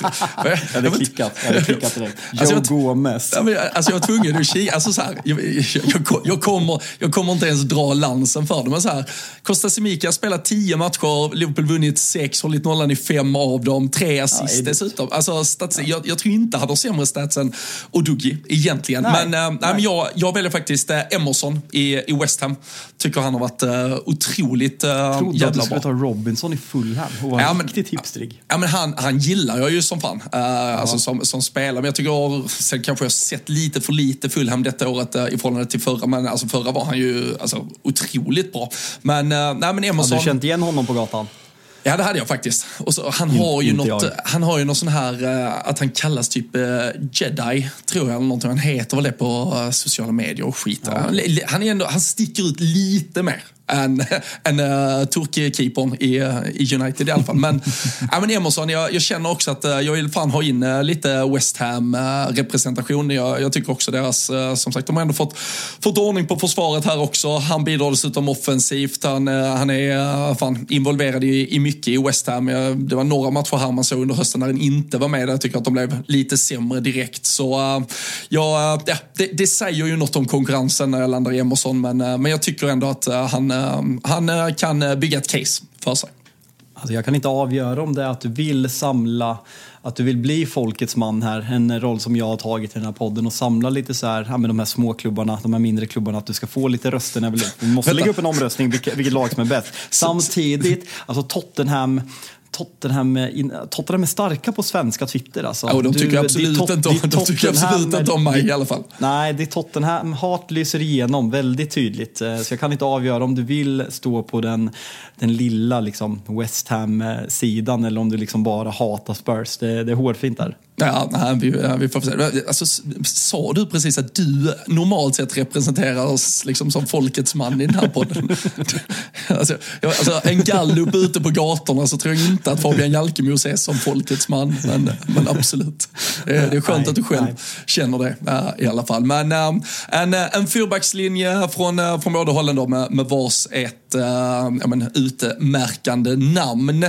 hade klickat. Jag hade klickat direkt. Joe alltså, Gomez.
Alltså jag var tvungen att kika. Alltså så här, jag, jag, jag, kommer, jag kommer inte ens dra lansen för det. Men så här, Costa Simica har spelat tio matcher, Liverpool vunnit sex, hållit nollan i fem av dem, tre assist ja, dessutom. Alltså, stats, ja. jag, jag tror inte han har sämre stats än Udogie egentligen. Nej, men, äh, nej. men jag, jag väljer faktiskt äh, Emerson i, i West Ham. Tycker han har varit äh, otroligt äh,
jävla bra. Jag trodde att du skulle ta
bra.
Robinson i Fulham och var ja, riktigt tipstrig.
Ja, men han, han gillar jag ju som fan. Äh, ja. Alltså som, som spelare. Men jag tycker sen kanske jag har sett lite för lite Fulham detta året äh, i förhållande till förra. Men alltså förra var han ju alltså, otroligt bra. Men, äh, nej, men Emerson...
Har du känt igen honom på gatan?
Ja, det hade jag faktiskt. Och så, han, har ju något, han har ju något sån här uh, att han kallas typ uh, Jedi, tror jag, eller någonting. Han heter väl det på uh, sociala medier och skit. Ja. Han, han, är ändå, han sticker ut lite mer än, än uh, turkkeepern i, uh, i United i alla fall. Men, ja, men Emerson, jag, jag känner också att uh, jag vill fan ha in uh, lite West Ham-representation. Uh, jag, jag tycker också deras, uh, som sagt, de har ändå fått, fått ordning på försvaret här också. Han bidrar dessutom offensivt. Han, uh, han är uh, fan involverad i, i mycket i West Ham. Jag, det var några matcher här man såg under hösten när den inte var med. Jag tycker att de blev lite sämre direkt. Så uh, ja, uh, det, det säger ju något om konkurrensen när jag landar i Emerson. Men, uh, men jag tycker ändå att uh, han Han kan bygga ett case för sig.
Alltså jag kan inte avgöra om det är att du vill samla, att du vill bli folkets man här. En roll som jag har tagit i den här podden och samla lite så här, ja, med de här små klubbarna, de här mindre klubbarna, att du ska få lite röster. Vi måste lägga upp en omröstning vilket, vilket lag som är bäst. Samtidigt, alltså Tottenham... Tottenham, Tottenham är starka på svenska Twitter alltså.
Ja, de tycker du, absolut tot, inte om, de tycker absolut inte om mig i alla fall.
Nej, det är Tottenham hat lyser igenom väldigt tydligt. Så jag kan inte avgöra om du vill stå på den, den lilla liksom West Ham-sidan eller om du liksom bara hatar Spurs. Det, det är hårfint där.
Ja, nej, vi, vi får se. Alltså, sa du precis att du normalt sett representerar oss liksom som folkets man i den här podden? alltså, alltså, en gallup ute på gatorna så tror jag inte att Fabian Jalkemo ses som folkets man, men, men absolut. Det är, det är skönt nej, att du själv nej. känner det uh, i alla fall. Men uh, en, en fyrbackslinje från, uh, från båda hållen då med, med vars ett uh, jag men, utmärkande namn.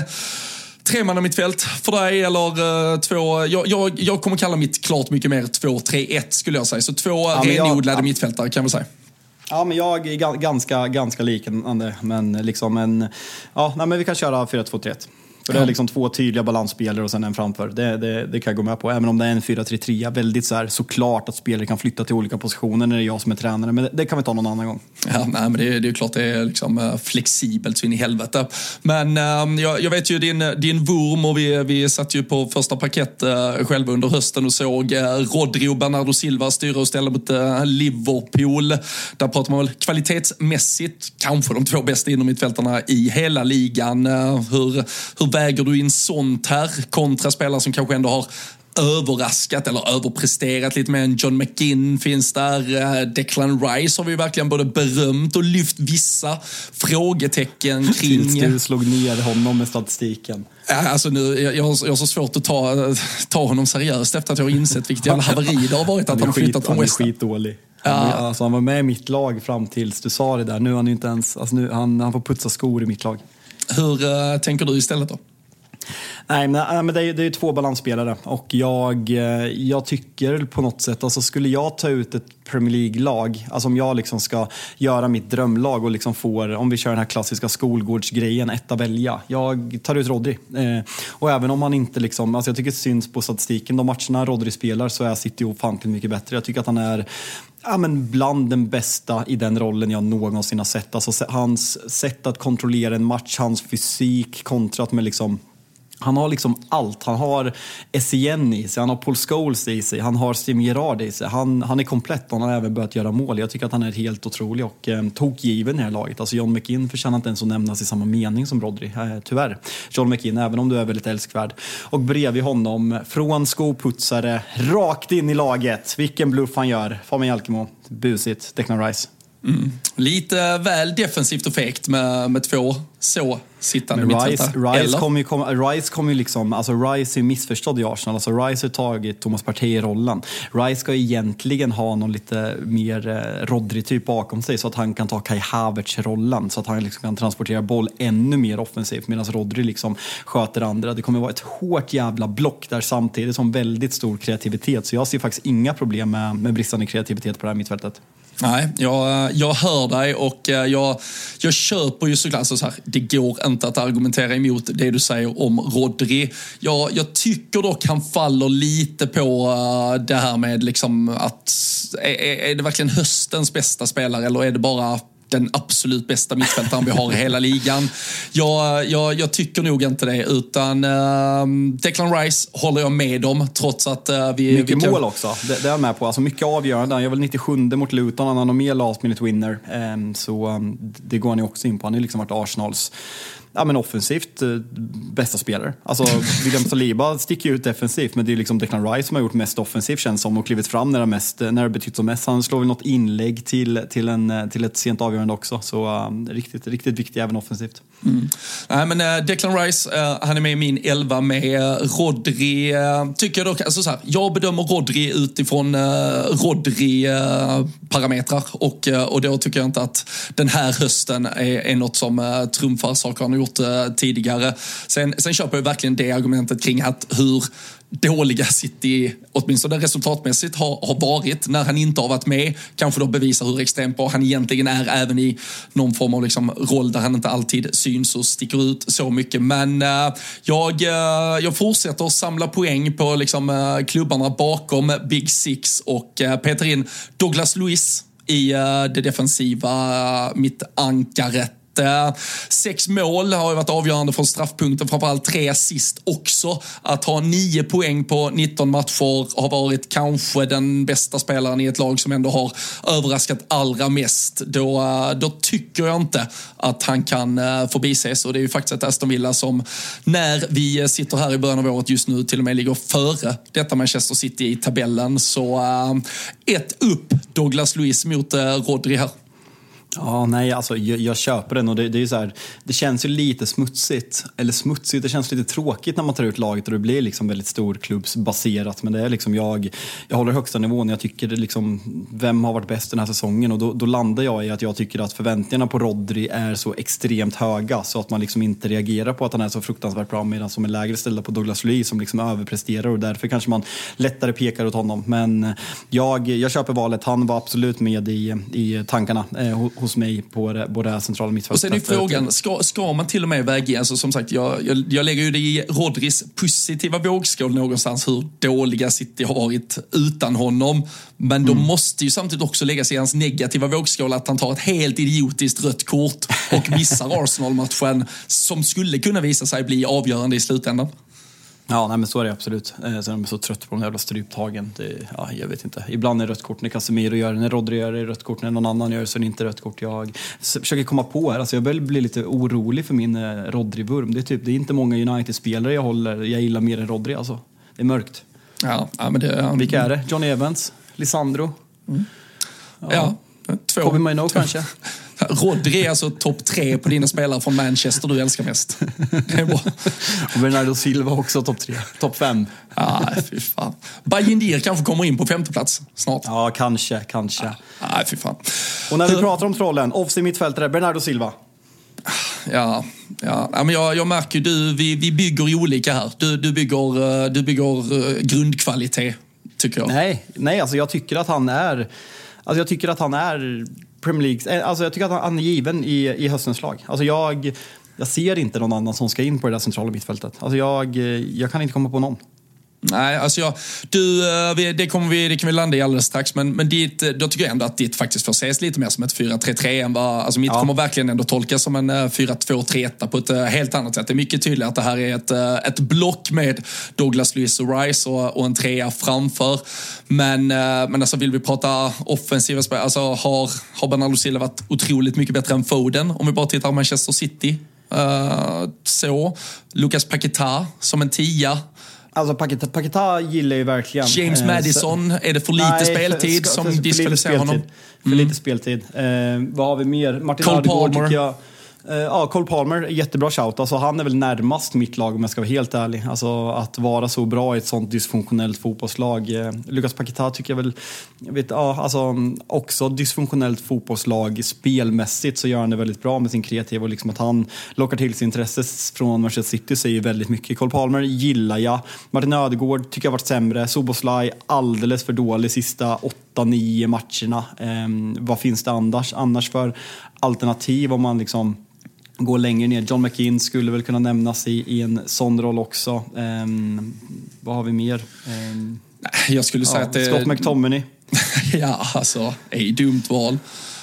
Tre man i mitt fält för dig eller uh, två, jag, jag, jag kommer kalla mitt klart mycket mer två tre ett skulle jag säga. Så två ja, renodlade jag, mittfältare kan man säga.
Ja, men jag är g- ganska, ganska liknande, men liksom en, ja, nej, men vi kan köra fyra två tre ett. För det är liksom två tydliga balansspelare och sen en framför. Det, det, det kan jag gå med på. Även om det är en fyra tre tre. Väldigt så här, såklart att spelare kan flytta till olika positioner när det är jag som är tränare. Men det, det kan vi ta någon annan gång. Ja, nej, men det, det är klart det är liksom uh, flexibelt så in i helvete. Men uh, jag, jag vet ju din, din vurm och vi, vi satt ju på första paket uh, själva under hösten och såg uh, Rodri och Bernardo Silva styra och ställa mot uh, Liverpool. Där pratar man väl kvalitetsmässigt kanske de två bästa inom mittfältarna i hela ligan. Uh, hur, hur väger du in sånt här kontra spelare som kanske ändå har överraskat eller överpresterat lite mer än John McGinn finns där. Declan Rice har vi verkligen både berömt och lyft vissa frågetecken kring. Tills du slog ner honom med statistiken.
Alltså nu, jag, jag har så svårt att ta, ta honom seriöst efter att jag har insett vilket jävla haveri det har varit att han har flyttat från West Ham.
Han är skitdålig. Han, ja. alltså, han var med i mitt lag fram tills du sa det där. Nu är han inte ens, alltså nu, han, han får putsa skor i mitt lag.
Hur uh, tänker du istället då?
Nej, men, men det är ju två balansspelare och jag, jag tycker på något sätt, alltså skulle jag ta ut ett Premier League-lag, alltså om jag liksom ska göra mitt drömlag och liksom får, om vi kör den här klassiska skolgårdsgrejen, etta välja, jag tar ut Rodri. Eh, och även om han inte liksom, alltså jag tycker det syns på statistiken, de matcherna Rodri spelar så är City ofantligt mycket bättre. Jag tycker att han är Ja, men bland den bästa i den rollen jag någonsin har sett. Alltså, hans sätt att kontrollera en match, hans fysik kontrat med liksom... Han har liksom allt. Han har Essien i sig, han har Paul Scholes i sig, han har Steven Gerrard i sig. Han, han är komplett och han har även börjat göra mål. Jag tycker att han är helt otrolig och eh, tokgiven i det här laget. Alltså John McGinn förtjänar inte ens att nämnas i samma mening som Rodri, eh, tyvärr. John McGinn, även om du är väldigt älskvärd. Och bredvid honom, från skoputsare, rakt in i laget. Vilken bluff han gör. Fabian Jalkemo, busigt, Declan Rice.
Mm. Lite väl defensivt och fäkt med, med två så sittande mittfältare.
Rice kommer ju kom, Rice kommer ju liksom, alltså Rice är missförstådd i Arsenal. Alltså Rice har tagit Thomas Partey i rollen. Rice ska egentligen ha någon lite mer eh, Rodri-typ bakom sig så att han kan ta Kai Havertz-rollen, så att han liksom kan transportera boll ännu mer offensivt medan Rodri liksom sköter andra. Det kommer vara ett hårt jävla block där samtidigt som väldigt stor kreativitet. Så jag ser faktiskt inga problem med, med bristande kreativitet på det här mittfältet.
Nej, jag, jag hör dig och jag, jag köper ju såklart så här, det går inte att argumentera emot det du säger om Rodri. Jag, jag tycker dock han faller lite på det här med liksom att är, är det verkligen höstens bästa spelare eller är det bara den absolut bästa mittfältaren vi har i hela ligan? Jag, jag, jag tycker nog inte det, utan uh, Declan Rice håller jag med om, trots att uh, vi...
Mycket
vi kan...
mål också, det, det är jag med på. Alltså mycket avgörande. Jag är väl nittiosju mot Luton, han har någon mer last minute winner. Um, så um, det går han ju också in på. Han har liksom varit Arsenals... Ja, men offensivt eh, bästa spelare. Alltså William Saliba sticker ju ut defensivt, men det är liksom Declan Rice som har gjort mest offensivt, känns som, och klivit fram när det mest när det betytt som mest. Han slår väl något inlägg till till en till ett sent avgörande också, så um, riktigt riktigt viktigt även offensivt.
Mm. Nej, men uh, Declan Rice, uh, han är med i min elva med uh, Rodri. Uh, tycker jag dock, alltså så här, jag bedömer Rodri utifrån uh, Rodri uh, parametrar och uh, och då tycker jag inte att den här hösten är, är något som uh, trumfar saker han har gjort uh, tidigare. Sen sen köper jag verkligen det argumentet kring att hur dåliga City, åtminstone resultatmässigt, har, har varit när han inte har varit med. Kanske då bevisar hur extremt bra han egentligen är, även i någon form av liksom roll där han inte alltid syns och sticker ut så mycket. Men uh, jag, uh, jag fortsätter att samla poäng på liksom, uh, klubbarna bakom Big Six och uh, petar in Douglas Luiz i uh, det defensiva uh, mittankaret. Sex mål har ju varit avgörande från straffpunkten, framförallt tre assist också. Att ha nio poäng på nitton matcher har varit kanske den bästa spelaren i ett lag som ändå har överraskat allra mest. Då, då tycker jag inte att han kan förbises, och det är ju faktiskt ett Aston Villa som, när vi sitter här i början av året just nu, till och med ligger före detta Manchester City i tabellen. Så ett upp Douglas Luiz mot Rodri här.
Ja, nej, alltså jag, jag köper den, och det, det är så här, det känns ju lite smutsigt, eller smutsigt, det känns lite tråkigt när man tar ut laget och det blir liksom väldigt storklubbsbaserat, men det är liksom jag, jag håller högsta nivån, jag tycker det liksom, vem har varit bäst den här säsongen, och då, då landar jag i att jag tycker att förväntningarna på Rodri är så extremt höga så att man liksom inte reagerar på att han är så fruktansvärt bra, medan som är lägre ställda på Douglas Luiz som liksom överpresterar, och därför kanske man lättare pekar åt honom, men jag, jag köper valet, han var absolut med i, i tankarna eh, hos mig på det, på det här centrala mittfältet.
Och sen är frågan, ska, ska man till och med väga, alltså som sagt, jag, jag, jag lägger ju det i Rodris positiva vågskål någonstans, hur dåliga City har varit utan honom, men de mm. måste ju samtidigt också lägga sig i hans negativa vågskål att han tar ett helt idiotiskt rött kort och missar Arsenal-matchen som skulle kunna visa sig bli avgörande i slutändan.
Ja, nej, men så är det absolut. Eh, sen är de så trött på de jävla stryptagen. Det, ja, jag vet inte. Ibland är det rött kort när Casemiro gör det, när Rodri gör det rött kort, när någon annan gör det så är det inte rött kort. Jag försöker komma på här. Alltså, jag börjar bli lite orolig för min eh, Rodri-vurm. Det är, typ, det är inte många United-spelare jag håller. Jag gillar mer än Rodri, alltså. Det är mörkt.
Ja, ja men det... Um...
Vilka är det? Johnny Evans? Lisandro?
Mm. Ja. ja. Två.
Kobe Mainoo kanske?
Rodri är alltså topp tre på dina spelare från Manchester du älskar mest. Det är bra.
Och Bernardo Silva också topp tre. Topp fem.
Ja, fy fan. Bajendir kanske kommer in på femte plats snart.
Ja, kanske, kanske.
Ja, fy fan.
Och när vi pratar om trollen, offside mittfältare, Bernardo Silva.
Ja, ja. ja men jag, jag märker ju, du, vi, vi bygger olika här. Du, du, bygger, du bygger grundkvalitet, tycker jag.
Nej, nej, alltså jag tycker att han är... Alltså jag tycker att han är Premier League, alltså jag tycker att han är given i, i höstens lag. Alltså jag, jag ser inte någon annan som ska in på det där centrala mittfältet. Alltså jag, jag kan inte komma på någon.
Nej, alltså jag, du, det, kommer vi, det kan vi landa i alldeles strax, men, men dit, då tycker jag ändå att det faktiskt får ses lite mer som ett fyra tre tre än vad, alltså mitt ja. kommer verkligen ändå tolkas som en fyra två tre ett på ett helt annat sätt. Det är mycket tydligt att det här är ett, ett block med Douglas Luiz och Rice och, och en trea framför, men, men alltså vill vi prata offensiva spel, alltså har, har Bernardo Silva varit otroligt mycket bättre än Foden, om vi bara tittar på Manchester City. Uh, så, Lucas Paquetá som en tia.
Alltså Paquetá, Paquetá gillar ju verkligen.
James eh, Madison, så, är det för lite nej, speltid
för,
som
för, för
diskvalificerar honom?
För mm. lite speltid. Eh, vad har vi mer? Martin
Cole
Ödegaard
Palmer.
tycker jag. Eh, ja, Cole Palmer, jättebra shout. Alltså, han är väl närmast mitt lag om jag ska vara helt ärlig. Alltså, att vara så bra i ett sånt dysfunktionellt fotbollslag. Eh, Lucas Paquetá tycker jag väl, jag vet, ja, alltså, också dysfunktionellt fotbollslag spelmässigt så gör han det väldigt bra med sin kreativa och liksom att han lockar till sig intresse från Manchester City säger väldigt mycket. Cole Palmer gillar jag. Martin Ödegaard tycker jag har varit sämre. Soboslaj alldeles för dålig sista åtta nio matcherna. Eh, vad finns det annars, annars för alternativ om man liksom går längre ner? John McKinn skulle väl kunna nämnas i, i en sån roll också. Um, vad har vi mer? Um,
jag skulle säga
ja,
att det...
Scott McTominay.
ja, alltså, är ett dumt val.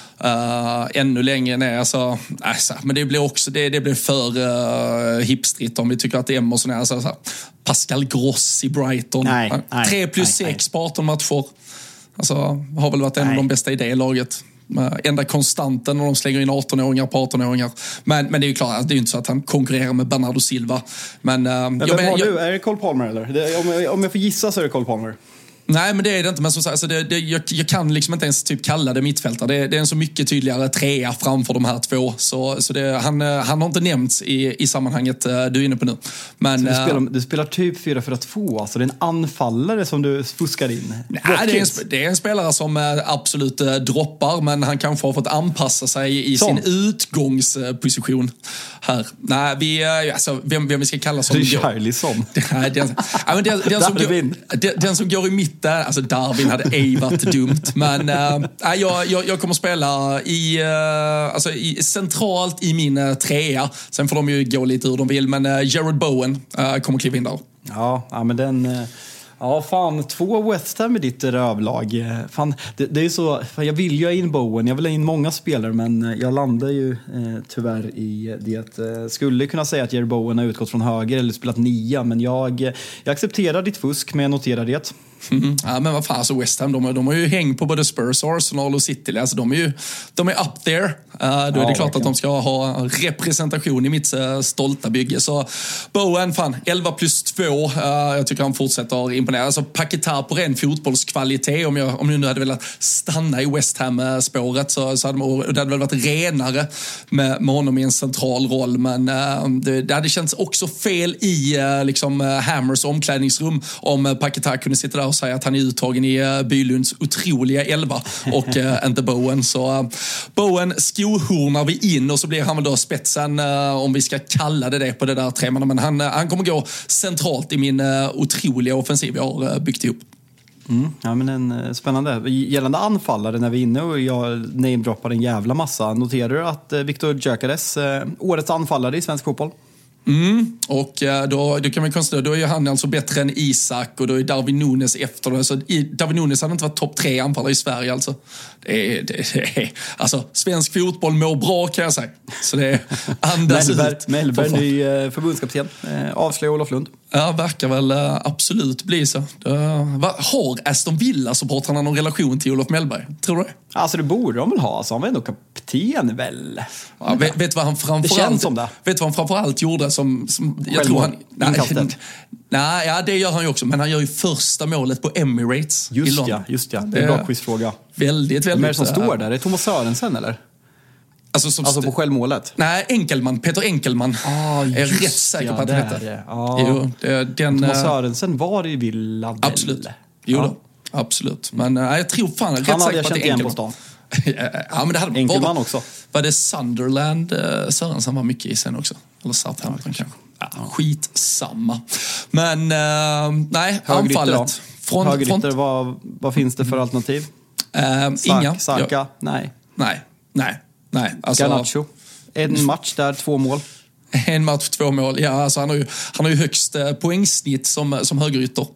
Uh, ännu längre ner, alltså, alltså, men det blir också det, det blir för uh, hipstritt om vi tycker att Emerson är alltså, så här, Pascal Gross i Brighton.
Nej, nej,
tre plus sex på arton matcher. Alltså, har väl varit en nej. av de bästa i det laget. Enda konstanten när de slänger in arton-åringar på arton-åringar. Men, men det är ju klart, det är ju inte så att han konkurrerar med Bernardo Silva. Men, uh,
men
jag,
men,
jag,
du, är det Cole Palmer eller? Det, om, jag, om jag får gissa så är det Cole Palmer.
Nej, men det är det inte. Men som sagt, alltså det, det, jag, jag kan liksom inte ens typ kalla det mittfältare. Det, det är en så mycket tydligare trea framför de här två. Så, så det, han, han har inte nämnts i, i sammanhanget du är inne på nu. Men,
du, spelar, du spelar typ fyra fyra två, alltså det är en anfallare som du fuskar in.
Nej, det är, en, det är en spelare som absolut droppar, men han kanske har fått anpassa sig i som. sin utgångsposition här. Nej, vi, alltså, vem, vem vi ska kalla som...
Richarlison.
Nej, den, den, den, den, som går, den, den som går i mitten, alltså Darwin hade ej varit dumt, men äh, jag, jag, jag kommer spela i, äh, alltså i, centralt i min äh, trea. Sen får de ju gå lite hur de vill, men äh, Jared Bowen äh, kommer kliva in där.
Ja, ja men den... Äh... Ja, fan, två West Ham med ditt rövlag. Fan, det, det är så, fan, jag vill ju ha in Bowen, jag vill ha in många spelare, men jag landar ju eh, tyvärr i det. Eh, skulle kunna säga att Jerry Bowen har utgått från höger eller spelat nia, men jag, jag accepterar ditt fusk, men jag noterar det.
Mm. Ja, men vad fan, alltså West Ham, de, de har ju häng på både Spurs, Arsenal och City. Alltså de är ju de är up there. Uh, då ja, är det klart verkligen att de ska ha representation i mitt uh, stolta bygge. Så Bowen, fan, elva plus två. Uh, jag tycker han fortsätter imponera. Alltså Paquetá på ren fotbollskvalitet. Om jag, om jag nu hade velat stanna i West Ham-spåret så, så hade man, det hade väl varit renare med, med honom i en central roll. Men uh, det, det hade känts också fel i uh, liksom, uh, Hammers omklädningsrum om uh, Paquetá kunde sitta där och säga att han är uttagen i uh, Bylunds otroliga elva och uh, inte Bowen. Så uh, Bowen skohornar vi in och så blir han väl då spetsen uh, om vi ska kalla det det på det där treman. Men han, uh, han kommer gå centralt i min uh, otroliga offensiv jag har uh, byggt ihop.
Mm, ja, men en, uh, spännande. Gällande anfallare när vi är inne och jag namedroppar en jävla massa. Noterar du att uh, Victor Gyökeres, uh, årets anfallare i svensk fotboll?
Mm, och då, då kan man konstatera, då är han alltså bättre än Isak och då är Darwin Nunes efter det. Så Darwin Nunes hade inte varit topp tre anfallare i Sverige alltså. Det är, det är, alltså svensk fotboll mår bra kan jag säga. Så det är andas
Mellberg,
ut.
Mellberg, ny eh, förbundskapten. Eh, avslöjar Olof Lund.
Ja, verkar väl uh, absolut bli så. Uh, vad, har Aston Villa-supportrarna någon relation till Olof Mellberg? Tror du det?
Alltså det borde de väl ha. Alltså, han var ändå kapten väl.
Ja, vet, vet vad han framförallt,
som det.
Vet vad han framförallt gjorde som, som jag tror han... Nej, nej, ja, det gör han ju också. Men han gör ju första målet på Emirates.
Just ja, just ja. Det är en bra quizfråga.
Väldigt, väldigt.
Vem är det som står där? Det är Thomas Sörensen eller?
Alltså, som
alltså på självmålet?
Nej, Enkelman. Peter Enkelman.
Ah,
jag är rätt säker
ja,
på att det heter.
Ah.
Jo, det, den,
Thomas Sörensen var i Villa.
Absolut. Jo ja. då. Absolut. Men äh, jag tror fan...
Han rätt hade jag känt igen på stan.
Ja, men det hade
Enkelman
var,
också.
Var det Sunderland uh, Sörensen var mycket i sen också? Eller Southampton ja, kanske. Ja, skitsamma. Men uh, nej,
Högrytter
anfallet.
Från, Högrytter, vad, vad finns det för alternativ?
Uh,
Sak,
inga.
Saka?
Ja.
Nej.
Nej, nej, nej. Alltså,
Garnacho? En match där, två mål.
En match, två mål. Ja, alltså han har ju, han har ju högst poängsnitt som, som högerytter.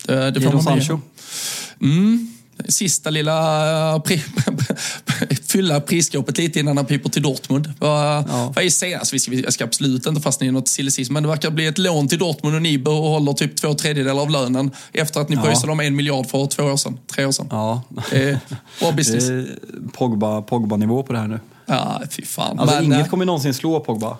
Det, det får man Sancho. Mm. Sista lilla pri, fylla prisskåpet lite innan han piper till Dortmund. Vad ja. är senast? Vi ska, vi ska absolut inte fastna i något sillisism, men det verkar bli ett lån till Dortmund och ni behåller typ två tredjedelar av lönen efter att ni ja. pröjsade om en miljard för två år sedan, tre år sedan. Ja. Det är bra business. Det är
Pogba, Pogba-nivå på det här nu.
Ja, fy fan.
Alltså
men,
inget kommer någonsin slå Pogba.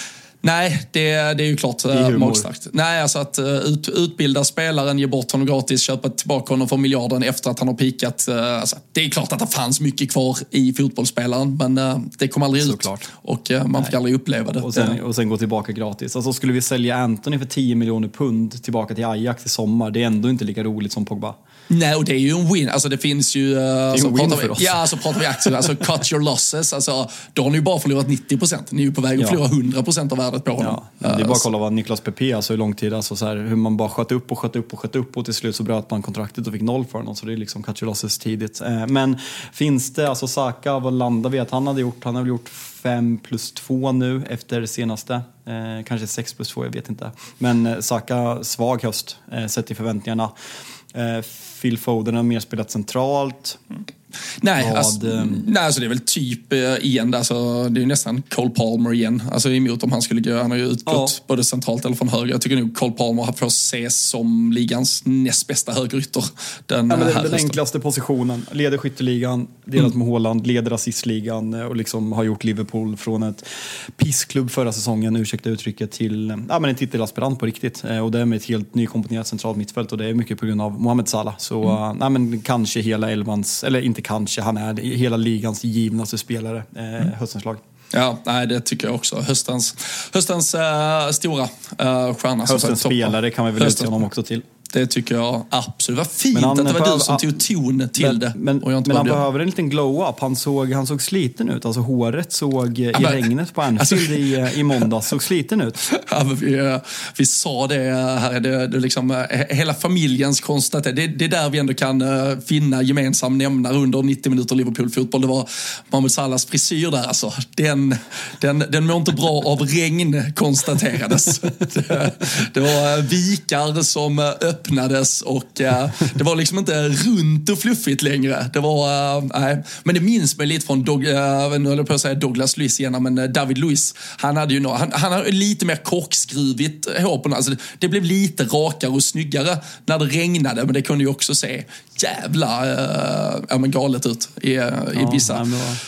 Nej, det, det är ju klart uh, magstarkt. Nej, alltså att uh, ut, utbilda spelaren, ge bort honom gratis, köpa tillbaka honom för miljarden efter att han har pikat. Uh, alltså, det är klart att det fanns mycket kvar i fotbollsspelaren, men uh, det kom aldrig ut. Såklart. Och uh, man fick aldrig uppleva det.
Och sen, och sen gå tillbaka gratis. Alltså skulle vi sälja Anthony för tio miljoner pund tillbaka till Ajax i sommar, det är ändå inte lika roligt som Pogba.
Nej, och det är ju en win. Alltså det finns ju... Uh,
det är
så
en win för
vi,
oss.
Ja, så pratar vi aktier. Alltså cut your losses. Alltså, då har ni ju bara förlorat nittio procent. Ni är ju på väg att ja. förlora hundra procent av värdet på honom.
Ja. Det är bara att kolla vad Niklas Pepe, alltså hur lång tid, alltså så här, hur man bara sköt upp och sköt upp och sköt upp och till slut så bröt man kontraktet och fick noll för honom. Så det är liksom cut your losses tidigt. Uh, men finns det, alltså Saka, vad landar vi att han hade gjort? Han har väl gjort fem plus två nu efter det senaste. Eh, kanske sex plus två, jag vet inte. Men eh, Saka svag höst, eh, sett till förväntningarna. Eh, Phil Foden har mer spelat centralt.
Mm. Nej, Vad, alltså, um... nej, alltså det är väl typ uh, igen, alltså, det är ju nästan Cole Palmer igen, alltså emot om han skulle gå, han har ju utgått ja. både centralt eller från höger. Jag tycker nog Cole Palmer får ses som ligans näst bästa högerytter. Den,
ja, men det
är
den enklaste positionen, leder skytteligan, delat mm. med Haaland, leder assistligan och liksom har gjort Liverpool från ett pissklubb förra säsongen, ursäkta uttrycket, till ja, men en titelaspirant på riktigt, och det är med ett helt nykomponerat centralt mittfält, och det är mycket på grund av Mohamed Salah. Så mm. uh, nej, men kanske hela elvans, eller inte kanske, han är hela ligans givnaste spelare, eh, mm. höstens lag.
Ja, nej, det tycker jag också. Höstens, höstens uh, stora uh, stjärna.
Höstens spelare kan vi väl utse honom också till.
Det tycker jag absolut. Vad fint att det var behöver, du som tog ton till
men,
det.
Men, och jag inte men han det. behöver en liten glow-up. Han såg, han såg sliten ut. Alltså håret såg ja, i men, regnet på Anfield alltså, i, i måndag. Såg sliten ut.
Ja, vi, vi sa det här. Det, det liksom, hela familjens konstat. Det, det är där vi ändå kan finna gemensam nämnare under nittio minuter Liverpool-fotboll. Det var Mohamed Salahs frisyr där. Alltså. Den, den, den mår inte bra av regn, konstaterades. Det, det var vikar som öppnades och uh, det var liksom inte runt och fluffigt längre. Det var, uh, nej. Men det minns mig lite från Dog, uh, nu höll jag på att säga Douglas Luiz igen, men uh, David Luiz, han hade ju no, han, han hade lite mer korkskruvigt hår på, alltså det, det blev lite rakare och snyggare när det regnade, men det kunde ju också se jävla uh, ja, men galet ut i, uh, ja, i vissa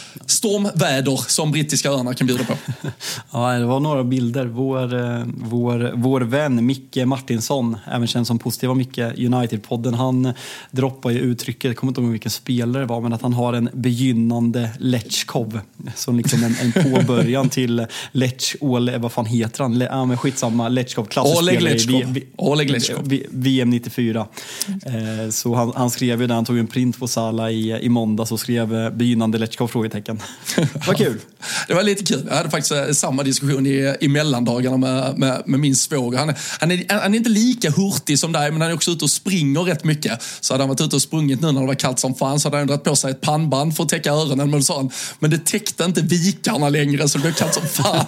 stormväder som brittiska öarna kan bjuda på.
Ja, det var några bilder. Vår, uh, vår, vår vän Micke Martinsson, även känd som positiva Micke, United-podden, han droppar ju uttrycket, jag kommer inte ihåg vilken spelare det var, men att han har en begynnande Lechkov, som liksom en, en påbörjan till Lech, Ole, vad fan heter han? Le, ja, men skitsamma, Lechkov, klassisk spelare i
Oleg Lechkov.
V M nittiofyra. Eh, så han, han skrev ju när han tog en print på Salah i, i måndag, så skrev begynnande Lechkov frågetecken. Vad kul.
Det var lite kul. Jag hade faktiskt samma diskussion i, i mellandagarna med, med, med min svåger. Han, han, är, han är inte lika hurtig som dig, men han är också ute och springer rätt mycket. Så hade han varit ute och sprungit nu när det var kallt som fan, så hade han dragit på sig ett pannband för att täcka öronen. Men, så han, men det täckte inte vikarna längre, så det blev kallt som fan.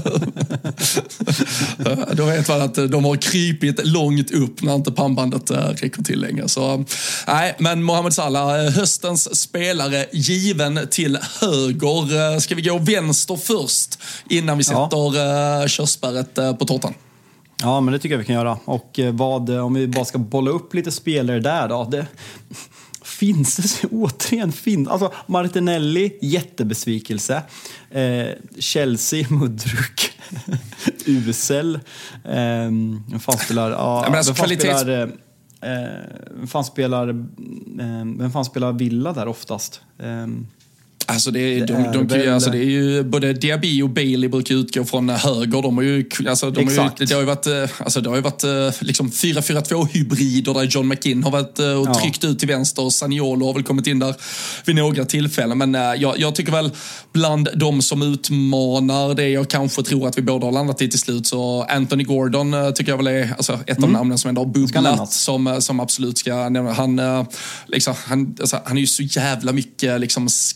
Då vet man att de har krypit långt upp när inte pannbandet räcker till längre. Så, nej, men Mohamed Salah, höstens spelare, given till höger. Ska vi gå vänster först innan vi sätter ja. körsbäret på tårtan?
Ja, men det tycker jag vi kan göra. Och vad, om vi bara ska bolla upp lite spelare där då. Det finns det återigen finns. Alltså Martinelli, jättebesvikelse. Eh, Chelsea, muddruk. Usel. Eh, vem fan spelar... Ja,
ja, men alltså,
vem fan
kvalitets...
spelar... Eh, vem fan spelar... Eh, vem fan spelar Villa där oftast? Eh,
Alltså det, är, det, de, de, de, alltså det är ju både Diaby och Bailey brukar utgå från höger. De har ju, alltså de har ju, det har ju varit, alltså det har ju varit liksom fyra fyra två hybrider där John McKinn har varit och tryckt ja. ut till vänster, och Zaniolo har väl kommit in där vid några tillfällen. Men jag, jag tycker väl bland de som utmanar det jag kanske tror att vi båda har landat i till slut, så Anthony Gordon tycker jag väl är alltså ett mm. av namnen som ändå har bubblat, som, som absolut ska nämna. Han, liksom, han, alltså, han är ju så jävla mycket liksom skaus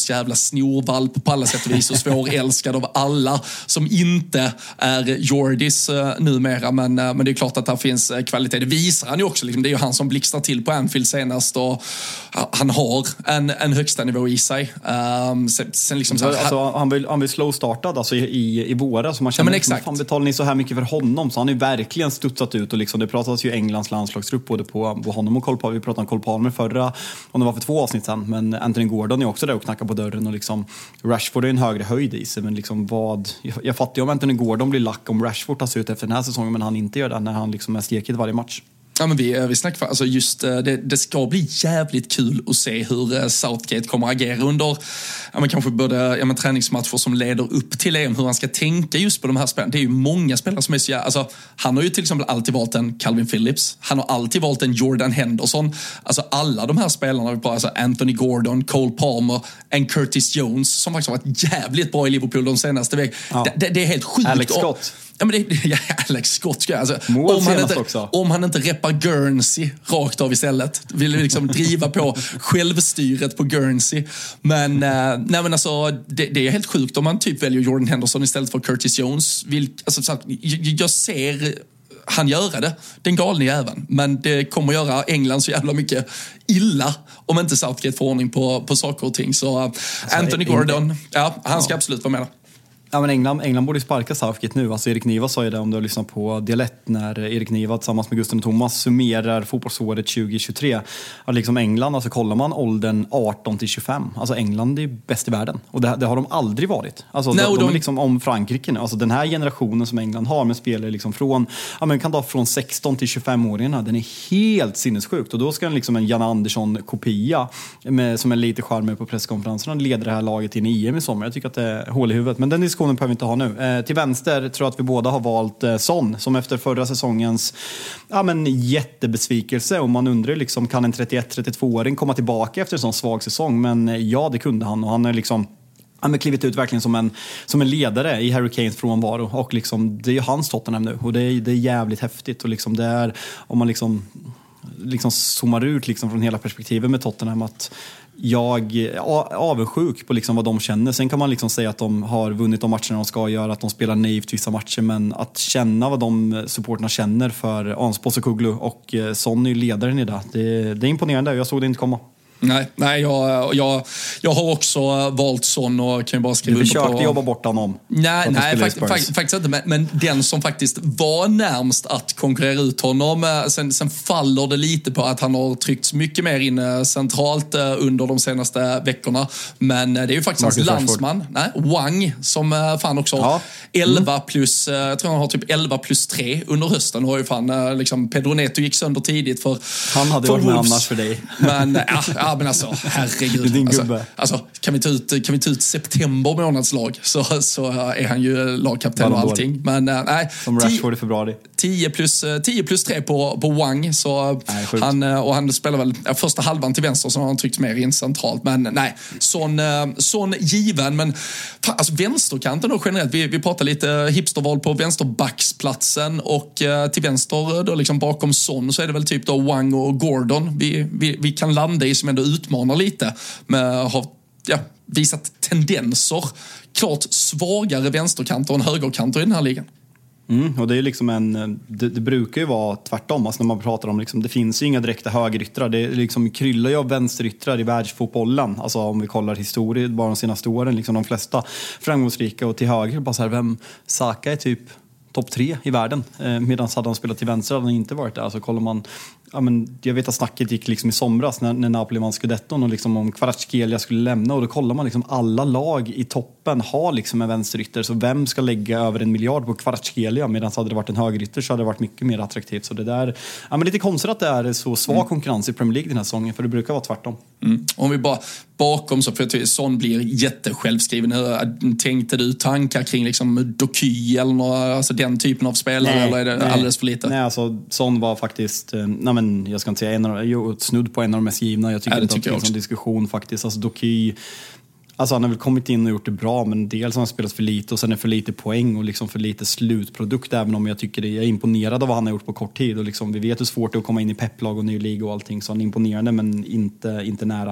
världens jävla snorvalp på alla sätt och vis och svårälskad av alla som inte är Jordis uh, numera, men, uh, men det är klart att det finns uh, kvalitet. Det visar han ju också, liksom. Det är ju han som blixtrar till på Anfield senast och uh, han har en, en högsta nivå i sig. Um, sen, sen liksom, så,
alltså, han vill, han vill slow startad alltså, i, i våra, så man känner
ja,
att fan betalar ni så här mycket för honom, så han är verkligen studsat ut och liksom, det pratas ju Englands landslagstrupp både på, på honom och Cole Palmer. Vi pratade om Cole Palmer förra, om det var för två avsnitt sedan, men Anthony Gordon är också där och knackar på dörren och liksom, Rashford är en högre höjd i sig, men liksom vad, jag, jag fattar ju om Anthony Gordon blir lack om Rashford tas ut efter den här säsongen, men han inte gör det när han liksom är stekigt varje match.
Ja, men vi, vi snackar för, alltså just det, det ska bli jävligt kul att se hur Southgate kommer att agera under ja, men kanske både ja, men träningsmatcher som leder upp till E M, hur han ska tänka just på de här spelarna. Det är ju många spelare som är så, alltså, han har ju till exempel alltid valt en Calvin Phillips, han har alltid valt en Jordan Henderson, alltså alla de här spelarna vi på, alltså Anthony Gordon, Cole Palmer, en Curtis Jones som faktiskt har varit jävligt bra i Liverpool de senaste veckorna. Ja. Det, det, det är helt sjukt.
Alex Scott.
Ja, men det, ja, Alex Scott ska alltså, om, han inte, om han inte reppar Guernsey rakt av istället, vill liksom driva på självstyret på Guernsey, men, äh, nej, men alltså, det, det är helt sjukt om man typ väljer Jordan Henderson istället för Curtis Jones. Vill, alltså, så att, jag, jag ser han göra det, den galne jäveln, men det kommer göra England så jävla mycket illa om inte Southgate får ordning på, på saker och ting, så alltså, Anthony Gordon, ja, han ska ja. absolut vara med där.
Ja, men England, England borde sparka Southgate nu. Alltså Erik Niva sa ju det, om du har lyssnat på Dialett, när Erik Niva tillsammans med Gusten och Thomas summerar fotbollsåret tjugo tjugotre. Att liksom England, alltså kollar man åldern arton till tjugofem, alltså England är bäst i världen. Och det, det har de aldrig varit. Alltså no, de, de är liksom om Frankrike nu. Alltså den här generationen som England har med spelare liksom från, ja men kan ta från sexton till tjugofem-åringarna, den är helt sinnessjukt. Och då ska en liksom en Jan Andersson-kopia med, som är lite charmig på presskonferenserna, leda det här laget in i E M i sommar. Jag tycker att det är hål i huvudet. Men den diskussionen behöver vi inte ha nu. Eh, till vänster tror jag att vi båda har valt eh, Son, som efter förra säsongens ja, men, jättebesvikelse. Och man undrar liksom, kan en trettioett trettiotvå-åring komma tillbaka efter en sån svag säsong? Men eh, ja, det kunde han. Och han är liksom han har klivit ut verkligen som en, som en ledare i Harry Kanes frånvaro. Och liksom, det är ju hans Tottenham nu. Och det är, det är jävligt häftigt. Och liksom det är, om man liksom, liksom zoomar ut liksom från hela perspektivet med Tottenham, att jag är avundsjuk på liksom vad de känner. Sen kan man liksom säga att de har vunnit de matcherna de ska göra, att de spelar naivt vissa matcher, men att känna vad de supporterna känner för Ans Postecoglou och Son är ju ledaren i det. det. Det är imponerande, jag såg det inte komma.
Nej, nej jag, jag, jag har också valt Son och kan ju bara skriva
du försökte
på...
jobba bort honom.
Nej, nej fakt, fakt, faktiskt inte. Men, men den som faktiskt var närmst att konkurrera ut honom, sen, sen faller det lite på att han har tryckts mycket mer in centralt under de senaste veckorna. Men det är ju faktiskt hans landsman, nej, Wang, som fan också ja. elva mm. plus, jag tror han har typ elva plus tre under hösten. Och har ju fan, liksom, Pedro Neto gick sönder tidigt för
han hade
för
varit med annars för dig.
Men ja, ja men alltså, herregud.
Din
alltså,
gubbe.
alltså, kan vi ta ut, kan vi ta ut september månadslag så, så är han ju lagkapten och allting. Men äh, nej.
Som Rashford i februari.
tio plus tre på, på Wang. Så nej, han, och han spelar väl första halvan till vänster, så har han tryckt mer in centralt. Men nej, sån, sån given. Men fan, alltså vänsterkanten då generellt. Vi, vi pratar lite hipsterval på vänsterbacksplatsen. Och eh, till vänster då liksom bakom Son så är det väl typ då Wang och Gordon. Vi, vi, vi kan landa i som ändå utmanar lite. Med har ja, visat tendenser. Klart svagare vänsterkanter än högerkanter i den här ligan.
Mm, och det är liksom en, det, det brukar ju vara tvärtom, alltså när man pratar om liksom, det finns ju inga direkta högeryttrar, det liksom kryllar ju av vänsteryttrar i världsfotbollen, alltså om vi kollar historien bara de senaste åren, liksom de flesta framgångsrika, och till höger bara så här, vem Saka är typ topp tre i världen, eh, medan hade han spelat till vänster hade han inte varit där. Alltså kollar man, ja, men jag vet att snacket gick liksom i somras när, när Napoli vann Scudetton och liksom om Kvaratskhelia skulle lämna, och då kollar man liksom alla lag i toppen har liksom en vänsterytter, så vem ska lägga över en miljard på Kvaratskhelia, medan hade det varit en högerytter så hade det varit mycket mer attraktivt. Så det där, ja, men lite konstigt att det är så svag mm. konkurrens i Premier League den här säsongen, för det brukar vara tvärtom.
Mm. Om vi bara bakom så, för jag tycker Son blir jättesjälvskriven. Tänkte du tankar kring liksom Doky eller några, alltså den typen av spelare, nej, eller är det nej. alldeles för lite?
Nej, alltså Son var faktiskt, nej men jag ska inte säga en av, jo, snudd på en av de mest givna. Jag tycker ja, det inte att det är en diskussion faktiskt. Alltså Doky, alltså han har väl kommit in och gjort det bra, men dels har han spelat för lite och sen är för lite poäng och liksom för lite slutprodukt, även om jag tycker det, jag är imponerad av vad han har gjort på kort tid, och liksom, vi vet hur svårt det är att komma in i pepplag och ny liga och allting, så han är imponerande men inte, inte nära.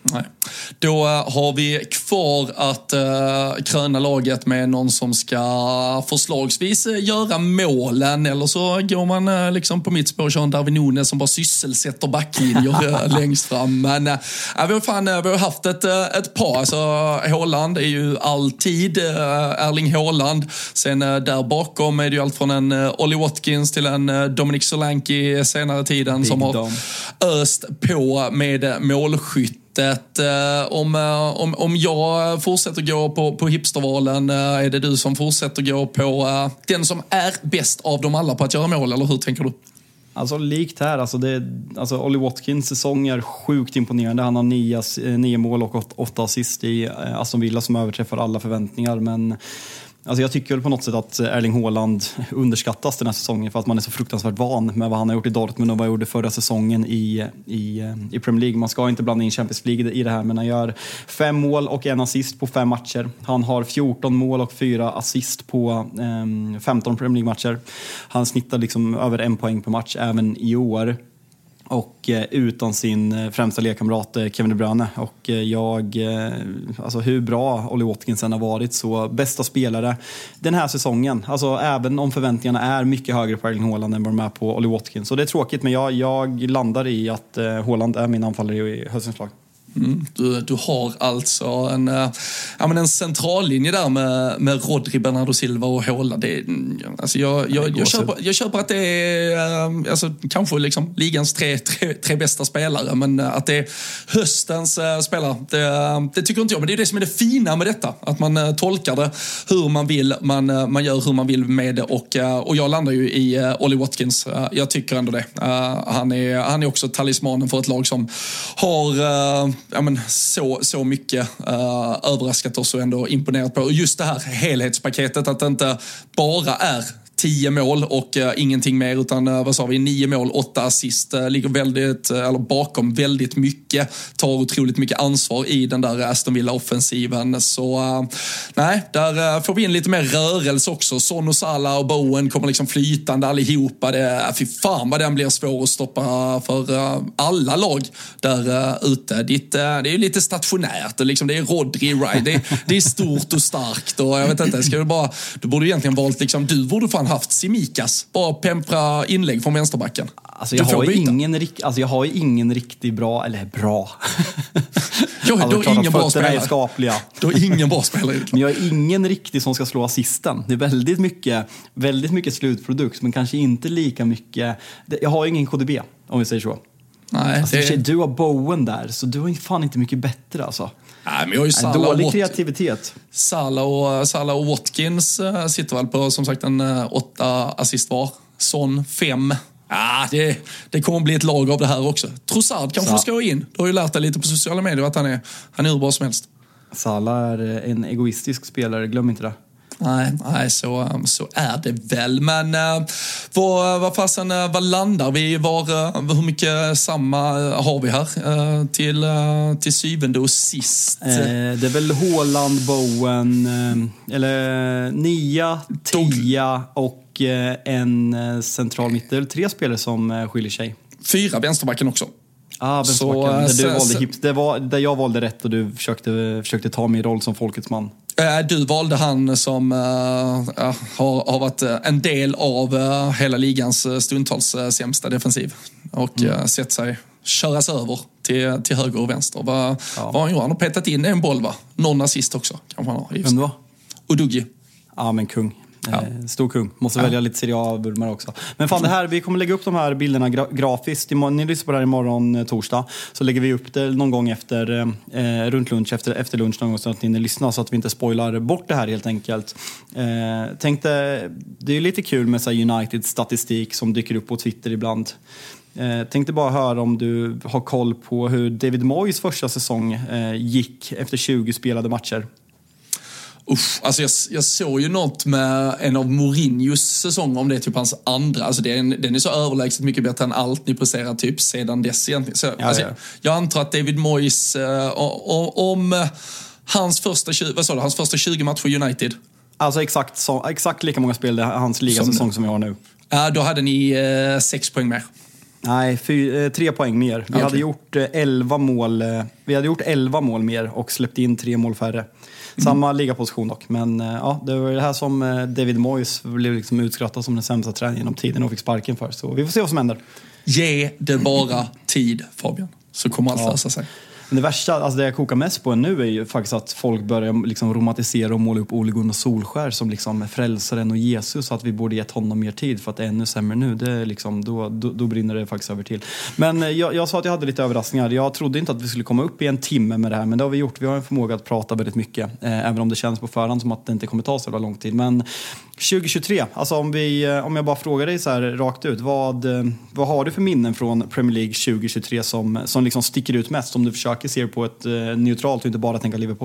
Nej. Då har vi kvar att uh, kröna laget med någon som ska förslagsvis göra målen, eller så går man uh, liksom på mitt spår och kör en Darwin Núñez som bara sysselsätter backlinjer uh, längst fram. Men uh, vi, har fan, uh, vi har haft ett, uh, ett par, alltså Haaland är ju alltid uh, Erling Haaland. Sen uh, där bakom är det ju allt från en uh, Ollie Watkins till en uh, Dominic Solanke senare tiden Big som har dom. öst på med målskytt. Att, uh, om, uh, om, om jag fortsätter gå på, på hipstervalen, uh, är det du som fortsätter gå på uh, den som är bäst av dem alla på att göra mål, eller hur tänker du?
Alltså likt här, alltså, det, alltså Ollie Watkins säsong är sjukt imponerande. Han har nio, nio mål och åt, åtta assist i uh, Aston Villa som överträffar alla förväntningar, men alltså jag tycker väl på något sätt att Erling Haaland underskattas den här säsongen för att man är så fruktansvärt van med vad han har gjort i Dortmund och vad han gjorde förra säsongen i, i, i Premier League. Man ska inte blanda in Champions League i det här, men han gör fem mål och en assist på fem matcher. Han har fjorton mål och fyra assist på eh, femton Premier League-matcher. Han snittar liksom över en poäng per match även i år. Och eh, utan sin eh, främsta lekkamrat eh, Kevin De Bruyne. Och eh, jag, eh, alltså hur bra Ollie Watkins än har varit, så bästa spelare den här säsongen. Alltså även om förväntningarna är mycket högre på Erling Haaland än vad de är på Ollie Watkins. Så det är tråkigt, men jag, jag landar i att eh, Haaland är min anfallare i höstens lag.
Mm, du, du har alltså en, äh, ja, men en centrallinje där med, med Rodri, Bernardo Silva och Haaland. Det, alltså jag, jag, jag, köper, jag köper att det är äh, alltså, kanske liksom ligans tre, tre, tre bästa spelare, men att det är höstens äh, spelare, det, det tycker inte jag. Men det är det som är det fina med detta, att man äh, tolkar det hur man vill, man, äh, man gör hur man vill med det, och, äh, och jag landar ju i äh, Ollie Watkins. Äh, jag tycker ändå det. Äh, han, är, han är också talismanen för ett lag som har äh, ja, men så, så mycket uh, överraskat oss och ändå imponerat på. Och just det här helhetspaketet, att det inte bara är tio mål och uh, ingenting mer, utan uh, vad sa vi, nio mål, åtta assist, uh, ligger väldigt, uh, eller bakom väldigt mycket, tar otroligt mycket ansvar i den där Aston Villa-offensiven. Så uh, nej, där uh, får vi in lite mer rörelse också. Son och Salah och Bowen kommer liksom flytande allihopa. Det, uh, fy fan vad den blir svår att stoppa för uh, alla lag där uh, ute. Ditt, uh, det är ju lite stationärt, och liksom, det är Rodri, right? det, det är stort och starkt, och jag vet inte, ska du bara, du borde egentligen valt liksom, du borde fan haft Simikas, bara pempra inlägg från vänsterbacken.
Alltså jag, har ju ingen, alltså jag har ju ingen riktigt bra, eller bra.
Jo, alltså, då är ingen bra spelare.
Är skapliga.
Då är ingen bra spelare.
Men jag är ingen riktig som ska slå assisten. Det är väldigt mycket, väldigt mycket slutprodukt, men kanske inte lika mycket. Jag har ju ingen K D B, om vi säger så.
Nej,
alltså,
det...
Du har Bowen där, så du är fan inte mycket bättre alltså.
Nej, men jag har ju Salah
en dålig
och
kreativitet.
Salah och, Salah och Watkins uh, sitter väl på som sagt en uh, åtta assist var. Son fem. Ah, det, det kommer bli ett lag av det här också. Trossard kanske ska gå in. Du har ju lärt dig lite på sociala medier att han är, han är hur bra som helst.
Salah är en egoistisk spelare, glöm inte det.
Nej, nej så, så är det väl. Men uh, vad, vad, fasen, uh, vad landar vi? Var, uh, hur mycket samma uh, har vi här uh, till, uh, till syvende och sist?
Eh, det är väl Haaland, Bowen, eh, eller nia, tia och eh, en eh, central mitt. Det är tre spelare som eh, skiljer sig.
Fyra vänsterbacken också.
Ah, vänsterbacken. Där, du valde hips, det var där jag valde rätt och du försökte, försökte ta min roll som folkets man.
Du valde han som uh, uh, har, har varit en del av uh, hela ligans stundtals uh, sämsta defensiv och mm. uh, sett sig köras över till, till höger och vänster. Va, ja. Vad han gjorde? Han har petat in en boll, va? Någon assist också. Kan man ha.
Vem då?
Udogie.
Ja, men kung. Ja. Stor kung. Måste ja. välja lite Serie A-burmar också. Men fan, det här, vi kommer lägga upp de här bilderna gra- grafiskt. Ni lyssnar på det här imorgon eh, torsdag. Så lägger vi upp det någon gång efter eh, runt lunch, efter, efter lunch någon gång, så att ni lyssnar, så att vi inte spoilar bort det här helt enkelt. Eh, tänkte, det är lite kul med så här United-statistik som dyker upp på Twitter ibland. Eh, tänkte bara höra om du har koll på hur David Moyes första säsong eh, gick efter tjugo spelade matcher.
Uff, alltså jag, jag såg ju något med en av Mourinhos säsonger, om det är typ hans andra. Alltså det är en, den är så överlägset mycket bättre än allt ni presterar typ sedan dess egentligen. Så, ja, alltså, ja. Jag antar att David Moyes uh, om, om uh, hans första vad sa du, hans första tjugo matcher i United.
Alltså exakt så, exakt lika många spel i hans ligasäsong som, som vi har nu.
Ja, uh, då hade ni uh, sex poäng mer.
Nej, fy, tre poäng mer. Vi
Okay.
hade gjort elva mål. Vi hade gjort elva mål mer och släppt in tre mål färre. Samma mm. ligaposition dock. Men ja, det var det här som David Moyes blev liksom utskrattad som den sämsta tränaren genom tiden och fick sparken för. Så vi får se vad som händer.
Ge det bara tid, Fabian. Så kommer allt lösa sig.
Men det värsta, alltså det jag kokar mest på nu är ju faktiskt att folk börjar liksom romantisera och måla upp Ole Gunnar Solskjær som liksom frälsaren och Jesus, att vi borde gett honom mer tid för att det är ännu sämre nu. Det är liksom, då, då, då brinner det faktiskt över till. Men jag, jag sa att jag hade lite överraskningar. Jag trodde inte att vi skulle komma upp i en timme med det här, men det har vi gjort. Vi har en förmåga att prata väldigt mycket, eh, även om det känns på förhand som att det inte kommer ta så lång tid. Men tjugo tjugotre, alltså om, vi, om jag bara frågar dig så här rakt ut, vad, vad har du för minnen från Premier League tjugo tjugotre som, som liksom sticker ut mest, om du försöker se på ett uh, neutralt och inte bara tänka Liverpool?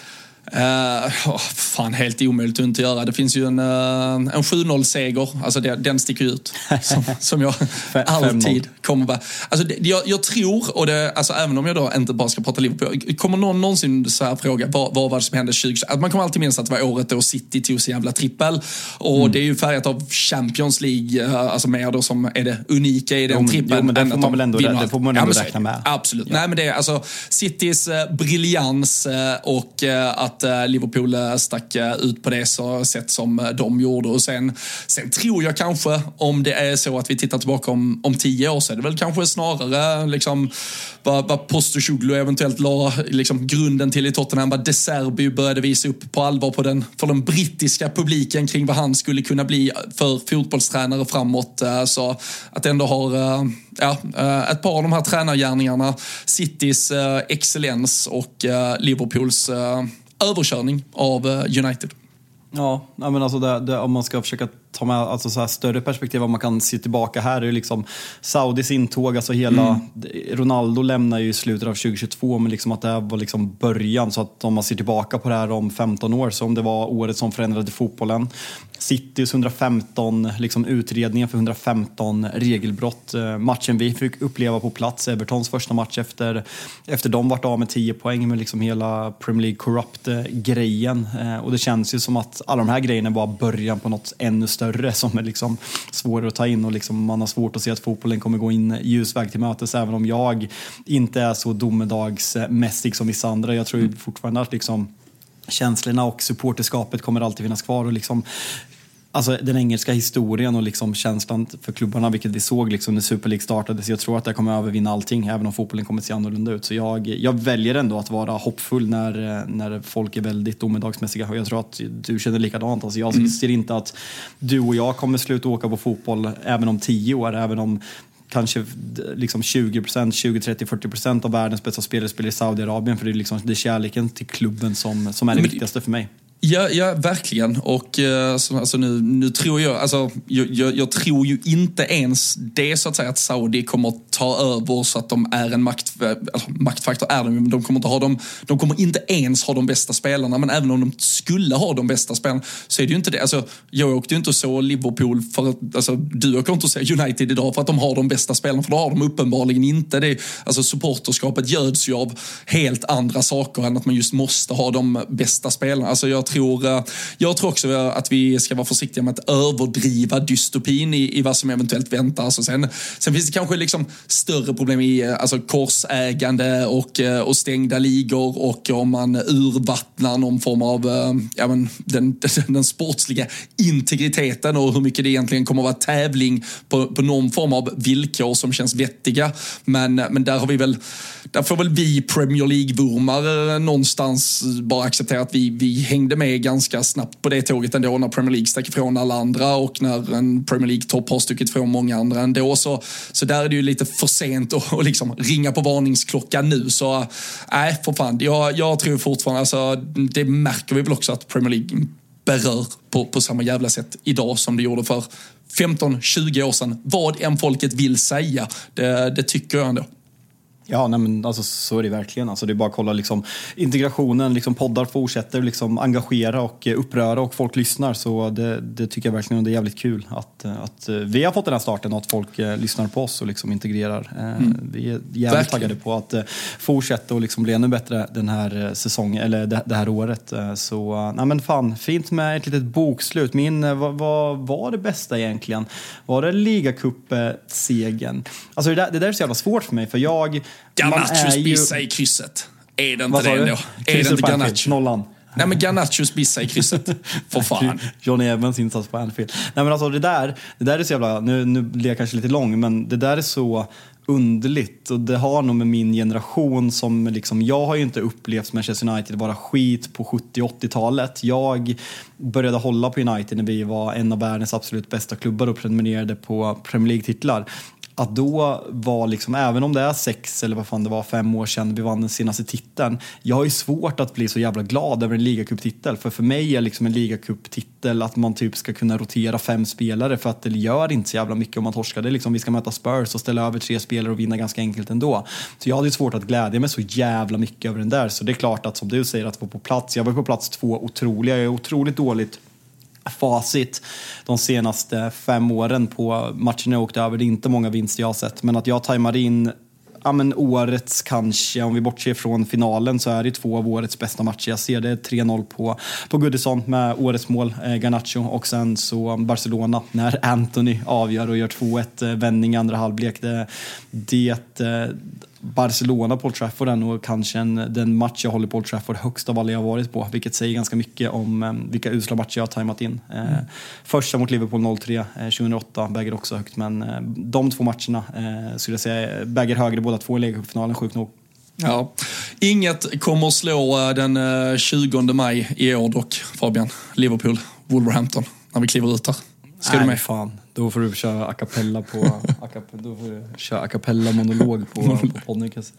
Uh, oh, fan, helt omöjligt att inte göra. Det finns ju en, uh, en sju noll-seger. Alltså det, den sticker ut. Som, som jag alltid kommer vara. Alltså det, jag, jag tror, och det, alltså även om jag då inte bara ska prata Liverpool, kommer någon någonsin så här fråga vad, vad var det som hände tjugo tjugo? Att man kommer alltid minnas att det var året då City tog sig jävla trippel. Och mm. det är ju färgat av Champions League, uh, alltså mer då som är det unika i den jo, trippeln.
Jo, men det får man väl ändå, det får man ändå ja, räkna med.
Absolut.
Ja.
Nej, men det är alltså Citys uh, briljans uh, och uh, att Liverpool stack ut på det så sätt som de gjorde. Och sen, sen tror jag kanske, om det är så att vi tittar tillbaka om, om tio år, så är det väl kanske snarare liksom vad, vad Postecoglou eventuellt la liksom grunden till i Tottenham, vad De Zerbi började visa upp på allvar på den, för den brittiska publiken kring vad han skulle kunna bli för fotbollstränare framåt. Så att ändå har ja, ett par av de här tränargärningarna, Citys excellens och Liverpools överkörning av United.
Ja, men alltså det, det, om man ska försöka ta med alltså så här större perspektiv, om man kan se tillbaka här, är ju liksom Saudis intåg, alltså hela mm. Ronaldo lämnar ju i slutet av tjugo tjugotvå, men liksom att det här var liksom början, så att om man ser tillbaka på det här om femton år, så om det var året som förändrade fotbollen. Citys hundrafemton liksom utredningen för hundrafemton regelbrott, matchen vi fick uppleva på plats, Evertons första match efter efter de vart av med tio poäng, med liksom hela Premier League corrupt grejen, och det känns ju som att alla de här grejerna var början på något ännu större som är liksom svårare att ta in, och liksom man har svårt att se att fotbollen kommer gå in ljusväg till mötes, även om jag inte är så domedagsmässig som vissa andra. Jag tror fortfarande att liksom känslorna och supporterskapet kommer alltid finnas kvar, och liksom alltså den engelska historien och liksom känslan för klubbarna, vilket vi såg liksom när Super League startades. Jag tror att det kommer övervinna allting, även om fotbollen kommer att se annorlunda ut. Så jag, jag väljer ändå att vara hoppfull när, när folk är väldigt domedagsmässiga. Och jag tror att du känner likadant. Alltså jag mm. ser inte att du och jag kommer sluta åka på fotboll även om tio år, även om kanske liksom tjugo procent, tjugo, trettio, fyrtio procent av världens bästa spelare spelar i Saudiarabien, för det är liksom det är kärleken till klubben som, som är det viktigaste för mig.
Ja, ja, verkligen. Och alltså, nu, nu tror jag, alltså, jag, jag, jag tror ju inte ens det, så att säga, att Saudi kommer att ta över så att de är en makt, alltså, maktfaktor är de, men de kommer inte ha dem, de kommer inte ens ha de bästa spelarna, men även om de skulle ha de bästa spelarna så är det ju inte det. Alltså, jag åkte ju inte att så Liverpool för att, alltså, du åker inte att säga United idag för att de har de bästa spelarna, för då har de uppenbarligen inte det. Alltså supporterskapet göds ju av helt andra saker än att man just måste ha de bästa spelarna. Alltså jag tror, jag tror också att vi ska vara försiktiga med att överdriva dystopin i, i vad som eventuellt väntar. Alltså sen, sen finns det kanske liksom större problem i alltså korsägande och, och stängda ligor, och om man urvattnar någon form av ja, men, den, den, den sportsliga integriteten och hur mycket det egentligen kommer att vara tävling på, på någon form av villkor som känns vettiga. Men, men där har vi väl, där får väl vi Premier League-vurmar någonstans bara acceptera att vi, vi hängde med ganska snabbt på det tåget ändå när Premier League stack ifrån alla andra, och när en Premier League-topp har stuckit från många andra ändå, så, så där är det ju lite för sent att och liksom ringa på varningsklockan nu. Så nej, för fan, jag, jag tror fortfarande, alltså, det märker vi väl också att Premier League berör på, på samma jävla sätt idag som det gjorde för femton tjugo år sedan. Vad än folket vill säga, det, det tycker jag ändå.
Ja, nej, men alltså, så är det verkligen. Alltså, det är bara att kolla liksom, integrationen, liksom, poddar fortsätter liksom, engagera och uppröra och folk lyssnar. Så det, det tycker jag verkligen det är jävligt kul att, att vi har fått den här starten och att folk eh, lyssnar på oss och liksom, integrerar. Eh, mm. Vi är jävligt verkligen taggade på att eh, fortsätta och liksom, bli ännu bättre den här eh, säsongen, eller det, det här året. Eh, så, eh, nej, men fan, fint med ett litet bokslut. Min, eh, vad, vad var det bästa egentligen? Var det ligacup-segern? Alltså det där, det där är så jävla svårt för mig, för jag...
Garnachos bissa i krysset. Är det inte det ändå? Är det inte Garnacho?
Nollan.
Nej, men Garnachos bissa i krysset. För fan.
Johnny Evans insats på Anfield. Nej, men alltså det där, det där är så jävla... Nu, nu blir jag kanske lite lång, men det där är så underligt. Och det har nog med min generation som liksom... Jag har ju inte upplevt Manchester United vara skit på sjuttio- och åttiotalet. Jag började hålla på United när vi var en av världens absolut bästa klubbar och prenumererade på Premier League-titlar. Att då var liksom, även om det är sex eller vad fan det var, fem år sedan vi vann den senaste titeln. Jag har ju svårt att bli så jävla glad över en ligacuptitel. För för mig är liksom en ligacuptitel att man typ ska kunna rotera fem spelare. För att det gör inte så jävla mycket om man torskar. Det är liksom, vi ska möta Spurs och ställa över tre spelare och vinna ganska enkelt ändå. Så jag hade ju svårt att glädja mig så jävla mycket över den där. Så det är klart att som du säger att vara på plats. Jag var på plats två otroliga. Jag är otroligt dåligt facit de senaste fem åren på matcherna jag åkte över. Det är inte många vinster jag har sett, men att jag tajmar in ja, men årets kanske, om vi bortser från finalen, så är det två av årets bästa matcher. Jag ser det tre noll på, på Goodison med årets mål, eh, Garnacho, och sen så Barcelona när Anthony avgör och gör två ett, eh, vändning i andra halvlek. Det, det eh, Barcelona på Old Trafford är nog kanske en, den match jag håller på Old Trafford högst av alla jag har varit på, vilket säger ganska mycket om eh, vilka usla matcher jag har tajmat in. Eh, mm. Första mot Liverpool noll tre eh, tjugohundraåtta bäger också högt, men eh, de två matcherna eh, skulle jag säga bäger högre båda två i ligacupfinalen, sjukt nog.
Ja, inget kommer att slå den tjugonde maj i år dock, Fabian. Liverpool, Wolverhampton, när vi kliver ut här. Ska
Nej,
du med?
Fan. Då får du köra a cappella på a cappella, då får du köra a cappella monolog på, på podcast.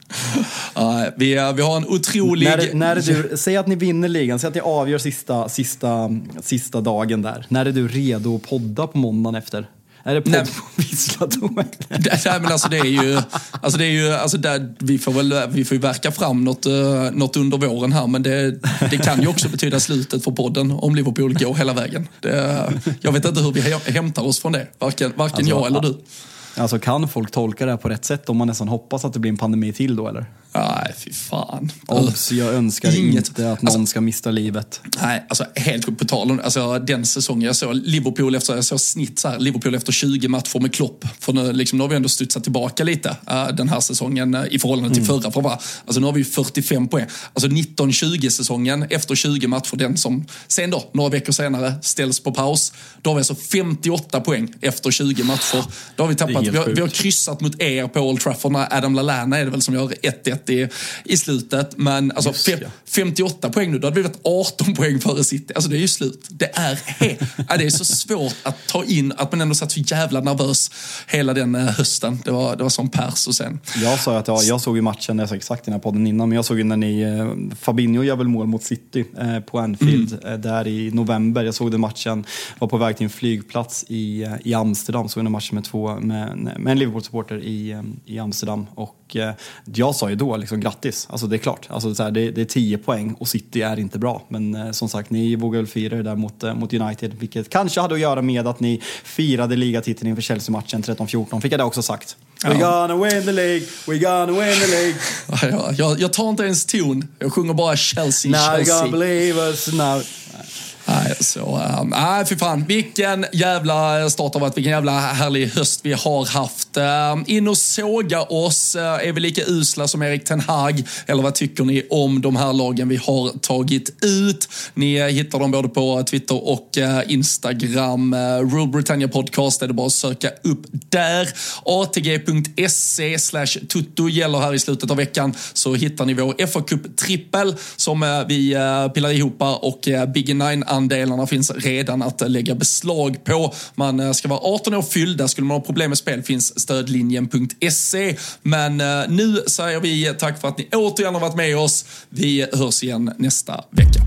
Uh, vi, vi har en otrolig...
När, när du, säg att ni vinner ligan, säg att ni avgör sista, sista, sista dagen där. När är du redo att podda på måndagen efter? Är det podd Nej. på Vissla då?
Nej, men alltså det är ju, alltså det är ju, alltså där, vi får väl, vi får ju verka fram något, uh, något under våren här, men det, det kan ju också betyda slutet för podden om Liverpool går hela vägen. Det, jag vet inte hur vi hämtar oss från det, varken, varken alltså, jag eller du.
Alltså kan folk tolka det här på rätt sätt om man nästan hoppas att det blir en pandemi till då, eller?
Nej, fy fan.
Obs, jag önskar Inget. inte att någon alltså, ska mista livet.
Nej, alltså helt på tal om alltså, den säsongen jag såg Liverpool efter, jag såg snitt så här, Liverpool efter tjugo matcher med Klopp. För nu, liksom, nu har vi ändå studsat tillbaka lite uh, den här säsongen uh, i förhållande till mm. förra. För, alltså nu har vi ju fyrtiofem poäng. Alltså nitton tjugo säsongen efter tjugo matcher, den som sen då, några veckor senare ställs på paus. Då har vi alltså femtioåtta poäng efter tjugo matcher. Då har vi tappat, vi har, vi har kryssat mot er på Old Trafford när Adam Lallana är det väl som gör ett ett I, i slutet, men alltså Just, fem, ja. femtioåtta poäng nu, då hade vi varit arton poäng före City. Alltså det är ju slut. Det är he- ja, det är så svårt att ta in, att man ändå satt så jävla nervös hela den uh, hösten. Det var, det var som pers och sen. Jag sa att jag, jag såg ju matchen, jag sa exakt i den här podden innan, men jag såg ju när ni uh, Fabinho gör väl mål mot City uh, på Anfield mm. uh, där i november. Jag såg den matchen, var på väg till en flygplats i, uh, i Amsterdam, såg en match med två med, med en Liverpool-supporter i, um, i Amsterdam, och uh, jag sa ju då liksom grattis, alltså det är klart, alltså så här, det, det är tio poäng och City är inte bra, men eh, som sagt, ni vågade fira det där mot, eh, mot United, vilket kanske hade att göra med att ni firade ligatiteln inför Chelsea-matchen tretton fjorton, fick jag det också sagt. Ja. We gonna win the league, we gonna win the league. Ja, jag, jag tar inte ens ton, jag sjunger bara Chelsea, now Chelsea. Now you gonna believe us now. Nej, så, äh, nej, för fan. Vilken jävla start av att vilken jävla härlig höst vi har haft. Äh, in och såga oss. Äh, är vi lika usla som Erik Ten Hag? Eller vad tycker ni om de här lagen vi har tagit ut? Ni äh, hittar dem både på Twitter och äh, Instagram. Äh, Rule Britannia Podcast är det bara att söka upp där. A T G punkt se slash tutto gäller här i slutet av veckan. Så hittar ni vår F A Cup-trippel som äh, vi äh, pillar ihop, och äh, Big Nine andelarna finns redan att lägga beslag på. Man ska vara arton år fyllda. Skulle man ha problem med spel finns stödlinjen punkt se. Men uh, nu säger vi tack för att ni återigen har varit med oss. Vi hörs igen nästa vecka.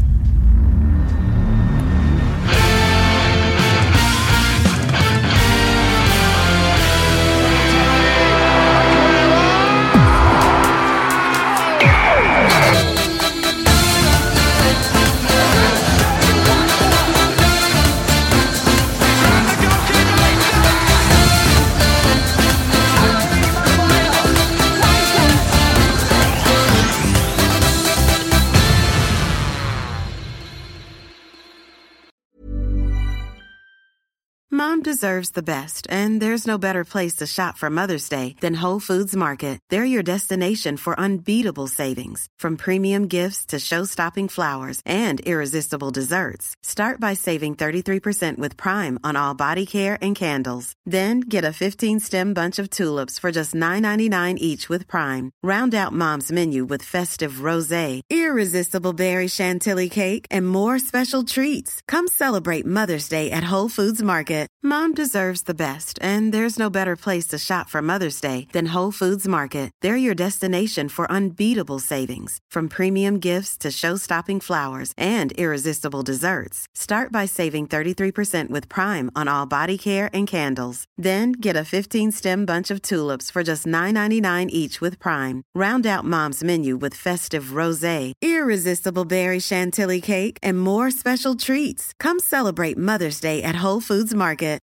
Mom deserves the best, and there's no better place to shop for Mother's Day than Whole Foods Market. They're your destination for unbeatable savings, from premium gifts to show-stopping flowers and irresistible desserts. Start by saving thirty-three percent with Prime on all body care and candles. Then get a fifteen-stem bunch of tulips for just nine ninety-nine each with Prime. Round out Mom's menu with festive rosé, irresistible berry chantilly cake, and more special treats. Come celebrate Mother's Day at Whole Foods Market. Mom deserves the best, and there's no better place to shop for Mother's Day than Whole Foods Market. They're your destination for unbeatable savings, from premium gifts to show-stopping flowers and irresistible desserts. Start by saving thirty-three percent with Prime on all body care and candles. Then get a fifteen-stem bunch of tulips for just nine ninety-nine each with Prime. Round out Mom's menu with festive rosé, irresistible berry chantilly cake, and more special treats. Come celebrate Mother's Day at Whole Foods Market.